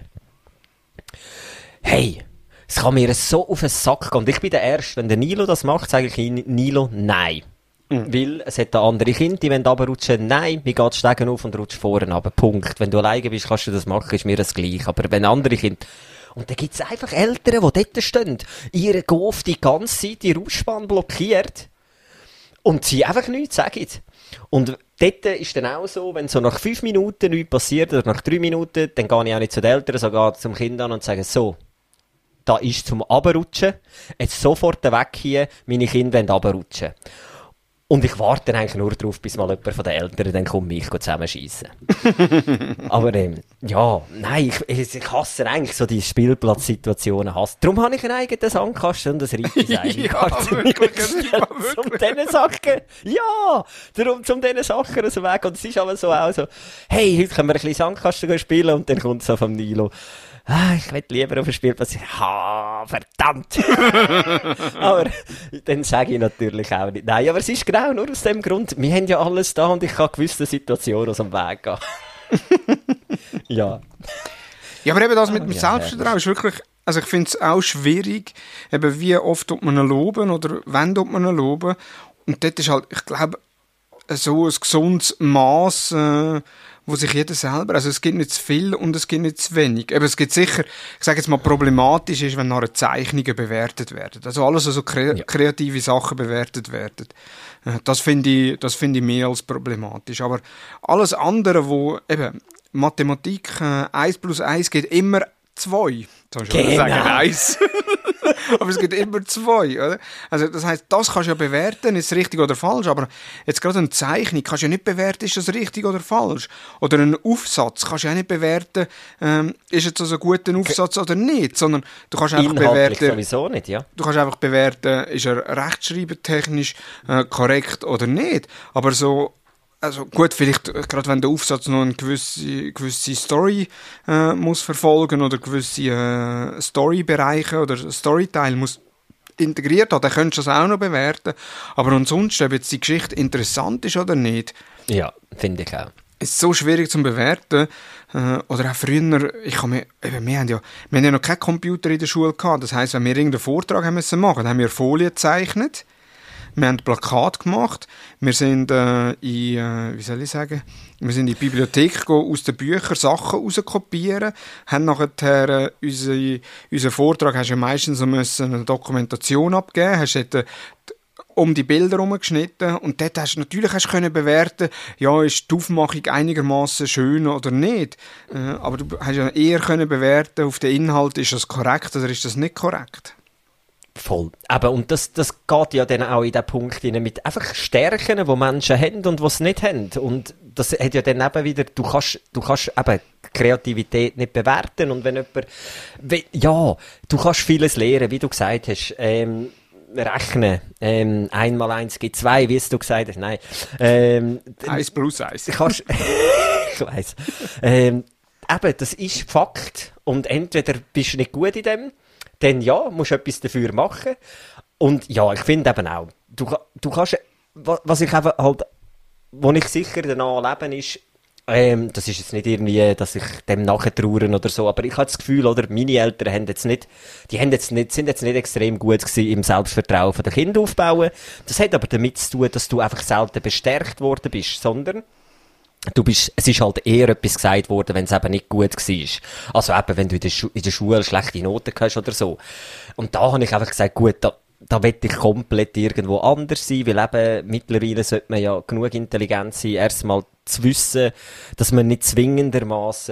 Hey, es kann mir so auf den Sack gehen. Und ich bin der Erste, wenn der Nilo das macht, sage ich ihm, Nilo, nein. Mhm. Weil es hat da andere Kinder, die wollen runterrutschen. Nein, mir geht Stegen auf und rutscht vorne runter. Punkt. Wenn du alleine bist, kannst du das machen, ist mir das gleich. Aber wenn andere Kinder... Und dann gibt es einfach Eltern, die dort stehen, ihre Golf die ganze Zeit die Rutschbahn blockiert und sie einfach nichts sagen. Und dort ist dann auch so, wenn so nach fünf Minuten nichts passiert oder nach drei Minuten, dann gehe ich auch nicht zu den Eltern, sondern zum Kind an und sage, so, da ist zum Runterrutschen, jetzt sofort weg hier, meine Kinder wollen runterrutschen. Und ich warte dann eigentlich nur darauf, bis mal jemand von den Eltern dann kommt, mich zusammenschiessen. Aber ähm, ja, nein, ich, ich hasse eigentlich so die Spielplatzsituationen. Darum habe ich einen eigenen Sandkasten und ein Reiteseil. Ja, wirklich, um diese Sachen, ja, darum, um diese Sachen aus dem Weg. Und es ist aber so auch so, hey, heute können wir ein bisschen Sandkasten spielen und dann kommt so vom Nilo. Ah, ich will lieber auf dem Spielplatz. Ha, verdammt! Aber dann sage ich natürlich auch nicht. Nein, aber es ist genau nur aus dem Grund. Wir haben ja alles da und ich kann gewisse Situationen aus dem Weg gehen. Ja. Ja, aber eben das mit dem ja, Selbstvertrauen ist wirklich, also ich finde es auch schwierig, eben wie oft tut man ihn loben oder wann tut man ihn loben. Und dort ist halt, ich glaube, so ein gesundes Maß, äh, wo sich jeder selber, also es gibt nicht zu viel und es gibt nicht zu wenig. Aber es gibt sicher, ich sage jetzt mal, problematisch ist, wenn nachher Zeichnungen bewertet werden. Also alles, also kre- ja. kreative Sachen bewertet werden. Das finde ich, das finde ich mehr als problematisch. Aber alles andere, wo eben Mathematik, äh, eins plus eins geht immer zwei. Soll ich schon genau. sagen, eins. Aber es gibt immer zwei, oder? Also das heisst, das kannst du ja bewerten, ist es richtig oder falsch, aber jetzt gerade eine Zeichnung kannst du ja nicht bewerten, ist das richtig oder falsch. Oder einen Aufsatz kannst du ja nicht bewerten, ähm, ist jetzt also ein guter Aufsatz oder nicht, sondern du kannst einfach Inhaltlich bewerten... sowieso nicht, ja. Du kannst einfach bewerten, ist er rechtschreibtechnisch äh, korrekt oder nicht. Aber so... Also gut, vielleicht, gerade wenn der Aufsatz noch eine gewisse, gewisse Story äh, muss verfolgen oder gewisse äh, Storybereiche oder Storyteil muss integriert haben, dann könntest du das auch noch bewerten. Aber ansonsten, ob jetzt die Geschichte interessant ist oder nicht, ja, finde ich auch. Ist so schwierig zu bewerten. Äh, oder auch früher, ich kann mir, eben, wir haben ja, wir haben ja noch keinen Computer in der Schule gehabt. Das heisst, wenn wir irgendeinen Vortrag haben müssen machen, dann haben wir Folien gezeichnet. Wir haben Plakat gemacht. Wir sind äh, in, äh, wie soll ich sagen, wir sind in die Bibliothek gegangen, aus den Büchern Sachen rauskopieren, haben nachher äh, unsere, unseren Vortrag hast du ja meistens so müssen eine Dokumentation abgeben, hast dort, äh, um die Bilder herumgeschnitten und dort hast du natürlich hast können bewerten, ja, ist die Aufmachung einigermaßen schön oder nicht. Äh, aber du hast ja eher können bewerten auf den Inhalt, ist das korrekt oder ist das nicht korrekt. Voll. Aber und das, das geht ja dann auch in den Punkt hinein mit einfach Stärken, die Menschen haben und die es nicht haben. Und das hat ja dann eben wieder, du kannst, du kannst eben Kreativität nicht bewerten. Und wenn jemand, wenn, ja, du kannst vieles lernen, wie du gesagt hast, ähm, rechnen, ähm, eins mal eins gibt zwei, wie es du gesagt hast, nein. Ähm, eins plus eins. Kannst, ich weiss. Ähm, eben, das ist Fakt. Und entweder bist du nicht gut in dem, dann ja, musst du etwas dafür machen. Und ja, ich finde eben auch, du, du kannst, was ich eben halt, wo ich sicher danach leben ist, ähm, das ist jetzt nicht irgendwie, dass ich dem nachtrauern oder so, aber ich habe das Gefühl, oder, meine Eltern haben jetzt nicht, die haben jetzt nicht, sind jetzt nicht extrem gut gewesen im Selbstvertrauen der Kinder aufbauen. Das hat aber damit zu tun, dass du einfach selten bestärkt worden bist, sondern du bist, es ist halt eher etwas gesagt worden, wenn es eben nicht gut war. Also eben, wenn du in der, Schu- in der Schule schlechte Noten hast oder so. Und da habe ich einfach gesagt, gut, da, da will ich komplett irgendwo anders sein, weil eben mittlerweile sollte man ja genug intelligent sein, erstmal zu wissen, dass man nicht zwingendermaßen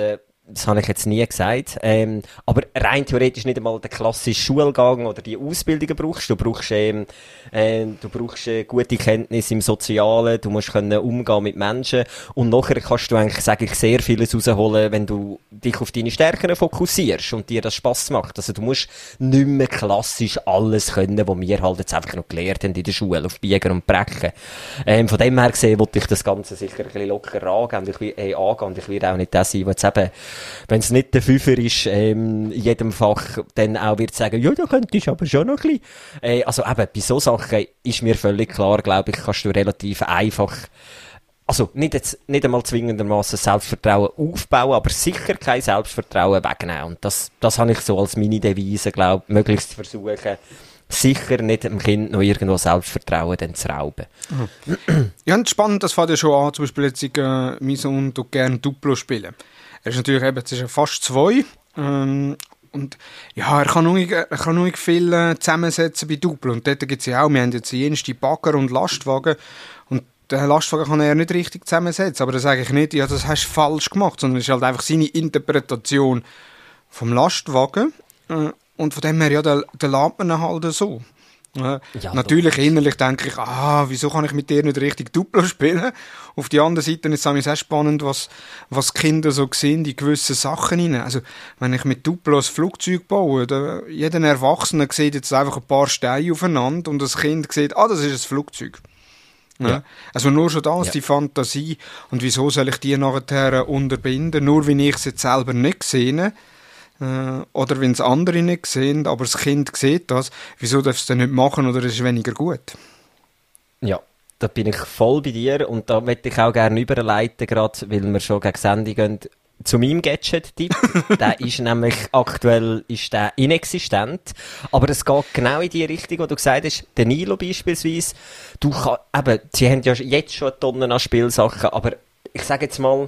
das habe ich jetzt nie gesagt. Ähm, aber rein theoretisch nicht einmal den klassischen Schulgang oder die Ausbildungen brauchst. Du brauchst, ähm, äh, du brauchst äh, gute Kenntnisse im Sozialen, du musst können umgehen mit Menschen und nachher kannst du eigentlich, sage ich, sehr vieles rausholen, wenn du dich auf deine Stärken fokussierst und dir das Spass macht. Also du musst nicht mehr klassisch alles können, was wir halt jetzt einfach noch gelernt haben in der Schule, auf Biegen und Brechen. Ähm, von dem her gesehen, wollte ich das Ganze sicher ein bisschen locker angehen und ich will, äh, angehen und ich will auch nicht das sein, was jetzt eben, wenn es nicht der Fünfer ist, ähm, in jedem Fach, dann auch wird sagen, ja, da könntest du aber schon noch ein bisschen. Äh, also eben, bei so Sachen ist mir völlig klar, glaube ich, kannst du relativ einfach, also nicht jetzt, nicht einmal zwingendermaßen Selbstvertrauen aufbauen, aber sicher kein Selbstvertrauen wegnehmen. Und das, das habe ich so als meine Devise, glaube ich, möglichst versuchen, sicher nicht dem Kind noch irgendwo Selbstvertrauen dann zu rauben. Mhm. Ja, und spannend, das fängt ja schon an, zum Beispiel jetzt, ich, äh, mein Sohn tut gerne Duplo spielen. Er ist natürlich eben, jetzt ist er fast zwei, ähm, und ja, er kann noch nicht, er kann noch nicht viel äh, zusammensetzen bei Duplo. Und dort gibt es ja auch, wir haben jetzt jenste Bagger und Lastwagen, und den Lastwagen kann er nicht richtig zusammensetzen, aber da sage ich nicht, ja, das hast du falsch gemacht, sondern es ist halt einfach seine Interpretation vom Lastwagen, äh, und von dem her, ja, da, da lässt man ihn halt so. Äh, ja, natürlich doch. Innerlich denke ich, ah, wieso kann ich mit dir nicht richtig Duplo spielen? Auf die andere Seite ist es auch spannend, was, was Kinder so sehen in gewissen Sachen rein. Also, wenn ich mit Duplo ein Flugzeug baue, da, jeder Erwachsene sieht jetzt einfach ein paar Steine aufeinander und das Kind sieht, ah, das ist ein Flugzeug. Ja. Ja. Also nur schon das, ja. Die Fantasie. Und wieso soll ich die nachher unterbinden? Nur wenn ich es jetzt selber nicht sehe, äh, oder wenn es andere nicht sehen, aber das Kind sieht das, wieso darf es denn nicht machen oder ist es weniger gut? Ja, da bin ich voll bei dir und da möchte ich auch gerne überleiten, gerade weil wir schon gegen Sandy gehen, zu meinem Gadget-Tipp. Der ist nämlich aktuell ist der inexistent, aber es geht genau in die Richtung, wo du gesagt hast, der Nilo beispielsweise, du kann, eben, sie haben ja jetzt schon Tonnen an Spielsachen, aber ich sage jetzt mal,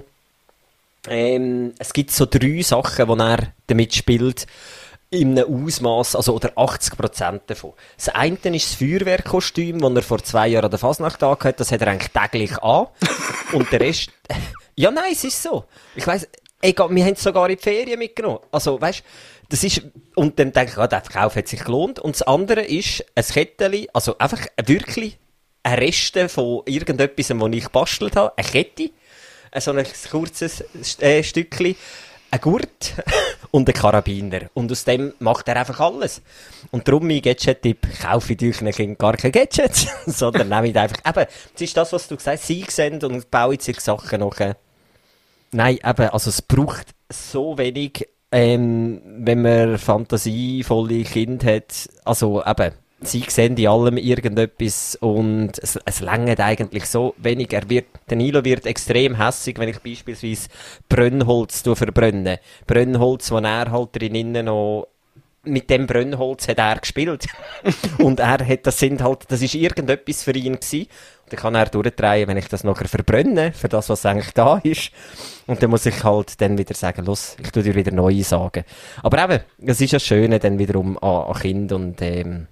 ähm, es gibt so drei Sachen, die er damit spielt, in einem Ausmaß, also oder achtzig Prozent davon. Das eine ist das Feuerwehrkostüm, das er vor zwei Jahren an der Fasnacht hat, das hat er eigentlich täglich an. Und der Rest, ja nein, es ist so. Ich weiss, egal, wir haben es sogar in die Ferien mitgenommen. Also, weißt, das ist, und dann denke ich, ja, der Verkauf hat sich gelohnt. Und das andere ist ein Kettchen, also einfach wirklich ein Reste von irgendetwas, das ich gebastelt habe, eine Kette, so ein kurzes äh, Stückchen, ein Gurt und ein Karabiner. Und aus dem macht er einfach alles. Und darum mein Gadget-Tipp, kaufe ich euch Kind gar keine Gadgets, sondern nehme ich einfach, eben, das ist das, was du gesagt hast, sie sehen und bauen sich Sachen noch. Nein, eben, also es braucht so wenig, ähm, wenn man fantasievolle Kinder hat, also eben, sie sehen in allem irgendetwas und es, es reicht eigentlich so wenig. Er wird, der Nilo wird extrem hässig, wenn ich beispielsweise Brennholz verbrenne. Brennholz, wo er halt drinnen noch, mit dem Brennholz hat er gespielt. Und er hat, das sind halt, das ist irgendetwas für ihn gewesen. Und dann kann er durchdrehen, wenn ich das nachher verbrenne, für das, was eigentlich da ist. Und dann muss ich halt dann wieder sagen, los, ich tu dir wieder neue sagen. Aber eben, das ist ja das Schöne dann wiederum an, an Kind und, ähm,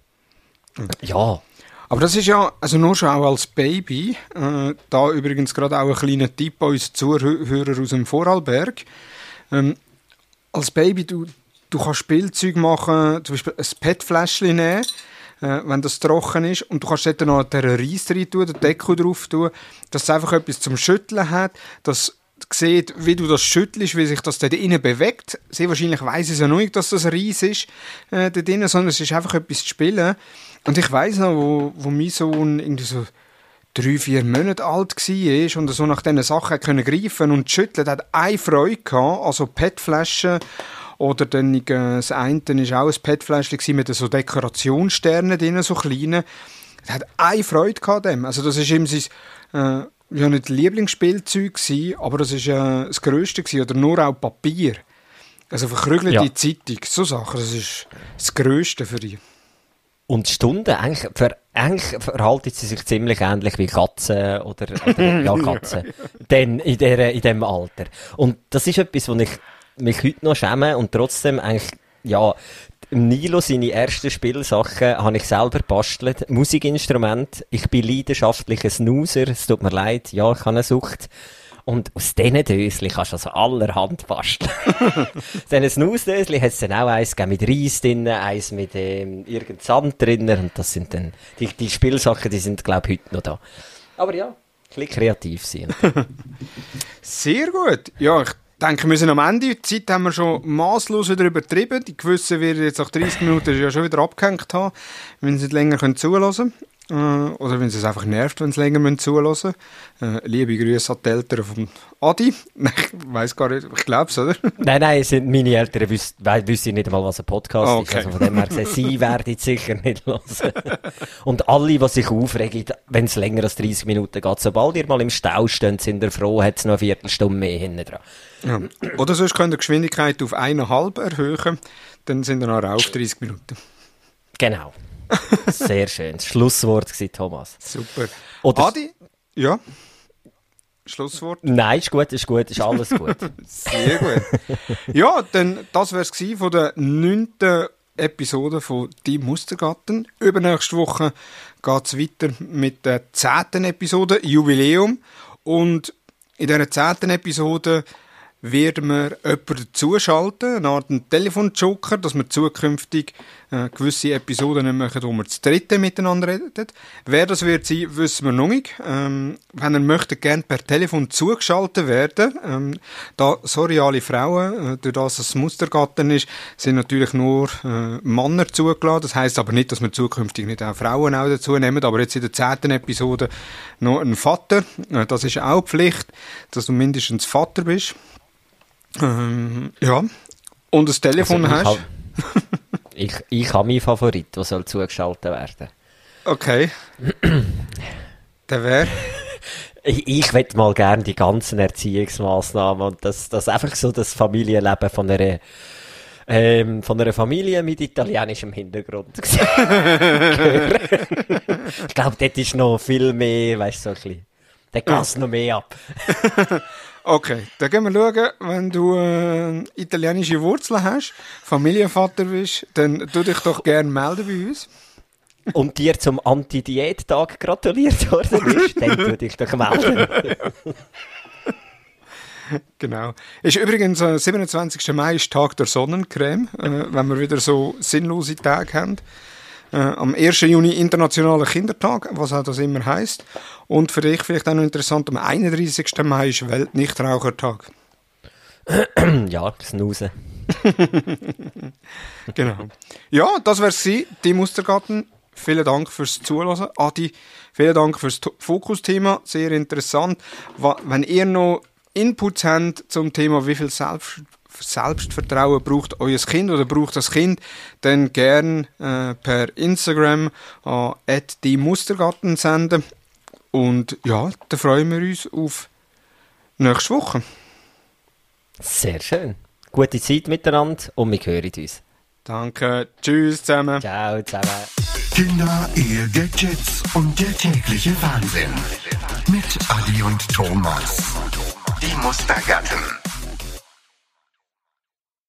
ja. Aber das ist ja, also nur schon auch als Baby, äh, da übrigens gerade auch ein kleiner Tipp an uns Zuhörer aus dem Vorarlberg. Ähm, als Baby, du, du kannst Spielzeug machen, zum Beispiel ein P E T-Fläschchen nehmen, äh, wenn das trocken ist, und du kannst dort noch den Reis rein tun, den Deckel drauf tun, dass es einfach etwas zum Schütteln hat, dass sieht, wie du das schüttelst, wie sich das dort innen bewegt. Sehr wahrscheinlich weiss es ja noch nicht, dass das Reis ist, äh, dort innen, sondern es ist einfach etwas zu spielen. Und ich weiss noch, wo, wo mein Sohn irgendwie so drei, vier Monate alt war und so nach diesen Sachen können greifen und schütteln, hat eine Freude gehabt, also P E T-Flaschen oder dann äh, das eine war auch ein P E T-Fläschchen mit so Dekorationssternen drin, so kleine. Er hat eine Freude gehabt dem. Also das ist ihm sein, äh, ja nicht Lieblingsspielzeug gewesen, aber das war äh, das Grösste gewesen, oder nur auch Papier. Also verkrügelte ja. Zeitung, so Sachen, das ist das Grösste für ihn. Und Stunden, eigentlich, ver, eigentlich verhalten sie sich ziemlich ähnlich wie Katzen oder, oder ja, Katzen, denn in, der, in diesem Alter. Und das ist etwas, wo ich mich heute noch schäme und trotzdem eigentlich, ja, Nilo, seine ersten Spielsachen, habe ich selber gebastelt. Musikinstrument. Ich bin leidenschaftlicher Snoozer, es tut mir leid, ja, ich habe eine Sucht. Und aus diesen Dösli kannst du also allerhand basteln. Dann ein Snus-Dösli hat es dann auch eins gegeben mit Reis drin, eins mit ähm, irgendeinem Sand drin. Und das sind dann, die, die Spielsachen, die sind, glaube ich, heute noch da. Aber ja, ein bisschen kreativ sein. Sehr gut. Ja, ich denke, wir sind am Ende. Die Zeit haben wir schon masslos wieder übertrieben. Die Gewissen werden jetzt nach dreißig Minuten ja schon wieder abgehängt haben, wenn sie nicht länger zulassen können. Äh, oder wenn sie es einfach nervt, wenn sie länger zulassen müssen. Äh, liebe Grüße an die Eltern von Adi. Nein, ich weiss gar nicht, ich glaube es, oder? Nein, nein, sind meine Eltern wüs- wüssten nicht einmal, was ein Podcast okay. ist. Also von dem her gesehen, sie werden es sicher nicht hören. Und alle, die sich aufregen, wenn es länger als dreißig Minuten geht, sobald ihr mal im Stau steht, sind ihr froh, hat es noch eine Viertelstunde mehr hinten dran. Ja. Oder sonst könnt ihr die Geschwindigkeit auf eineinhalb erhöhen, dann sind wir noch auf dreißig Minuten. Genau. Sehr schön. Das Schlusswort war Thomas. Super. Oder Adi? Ja? Schlusswort? Nein, ist gut, ist gut, ist alles gut. Sehr gut. Ja, dann, das wäre es von der neunten Episode von «Die Mustergatten». Übernächste Woche geht es weiter mit der zehnten Episode, Jubiläum. Und in dieser zehnten Episode werden wir jemanden dazuschalten, eine Art Telefonjoker, dass wir zukünftig äh, gewisse Episoden nicht machen, wo wir zu dritten miteinander reden. Wer das wird sein, wissen wir noch nicht. Ähm, wenn ihr möchtet, gerne per Telefon zugeschaltet werden. Ähm, da, sorry alle Frauen, äh, durch das es Mustergatten ist, sind natürlich nur äh, Männer zugelassen. Das heisst aber nicht, dass wir zukünftig nicht auch Frauen auch dazu nehmen. Aber jetzt in der zehnten Episode noch ein Vater. Äh, das ist auch Pflicht, dass du mindestens Vater bist. Ähm, ja. Und das Telefon also, hast. ich, ich habe meinen Favorit, der soll zugeschaltet werden. Okay. Der wäre? Ich, ich möchte mal gerne die ganzen Erziehungsmaßnahmen und das, das einfach so das Familienleben von einer, ähm, von einer Familie mit italienischem Hintergrund. Ich glaube, dort ist noch viel mehr, weißt du, so ein bisschen. Da geht es noch mehr ab. Okay, dann gehen wir schauen, wenn du äh, italienische Wurzeln hast, Familienvater bist, dann tu dich doch gerne melden bei uns. Und dir zum Anti-Diät-Tag gratuliert worden ist, dann tu dich doch melden. Genau. Ist übrigens, äh, siebenundzwanzigsten Mai ist Tag der Sonnencreme, äh, wenn wir wieder so sinnlose Tage haben. Äh, am ersten Juni Internationaler Kindertag, was auch das immer heisst. Und für dich vielleicht auch noch interessant, am einunddreißigsten Mai ist Weltnichtrauchertag. Ja, snoozen. Genau. Ja, das wär's gewesen, die Mustergatten. Vielen Dank fürs Zuhören. Adi, vielen Dank fürs Fokusthema. Sehr interessant. Wenn ihr noch Inputs habt zum Thema, wie viel Selbst Selbstvertrauen braucht euer Kind oder braucht das Kind, dann gern äh, per Instagram an at die Mustergatten senden. Und ja, dann freuen wir uns auf nächste Woche. Sehr schön. Gute Zeit miteinander und wir hören uns. Danke. Tschüss zusammen. Ciao zusammen. Kinder, Ehe, Gadgets und der tägliche Wahnsinn. Mit Adi und Thomas. Die Mustergatten.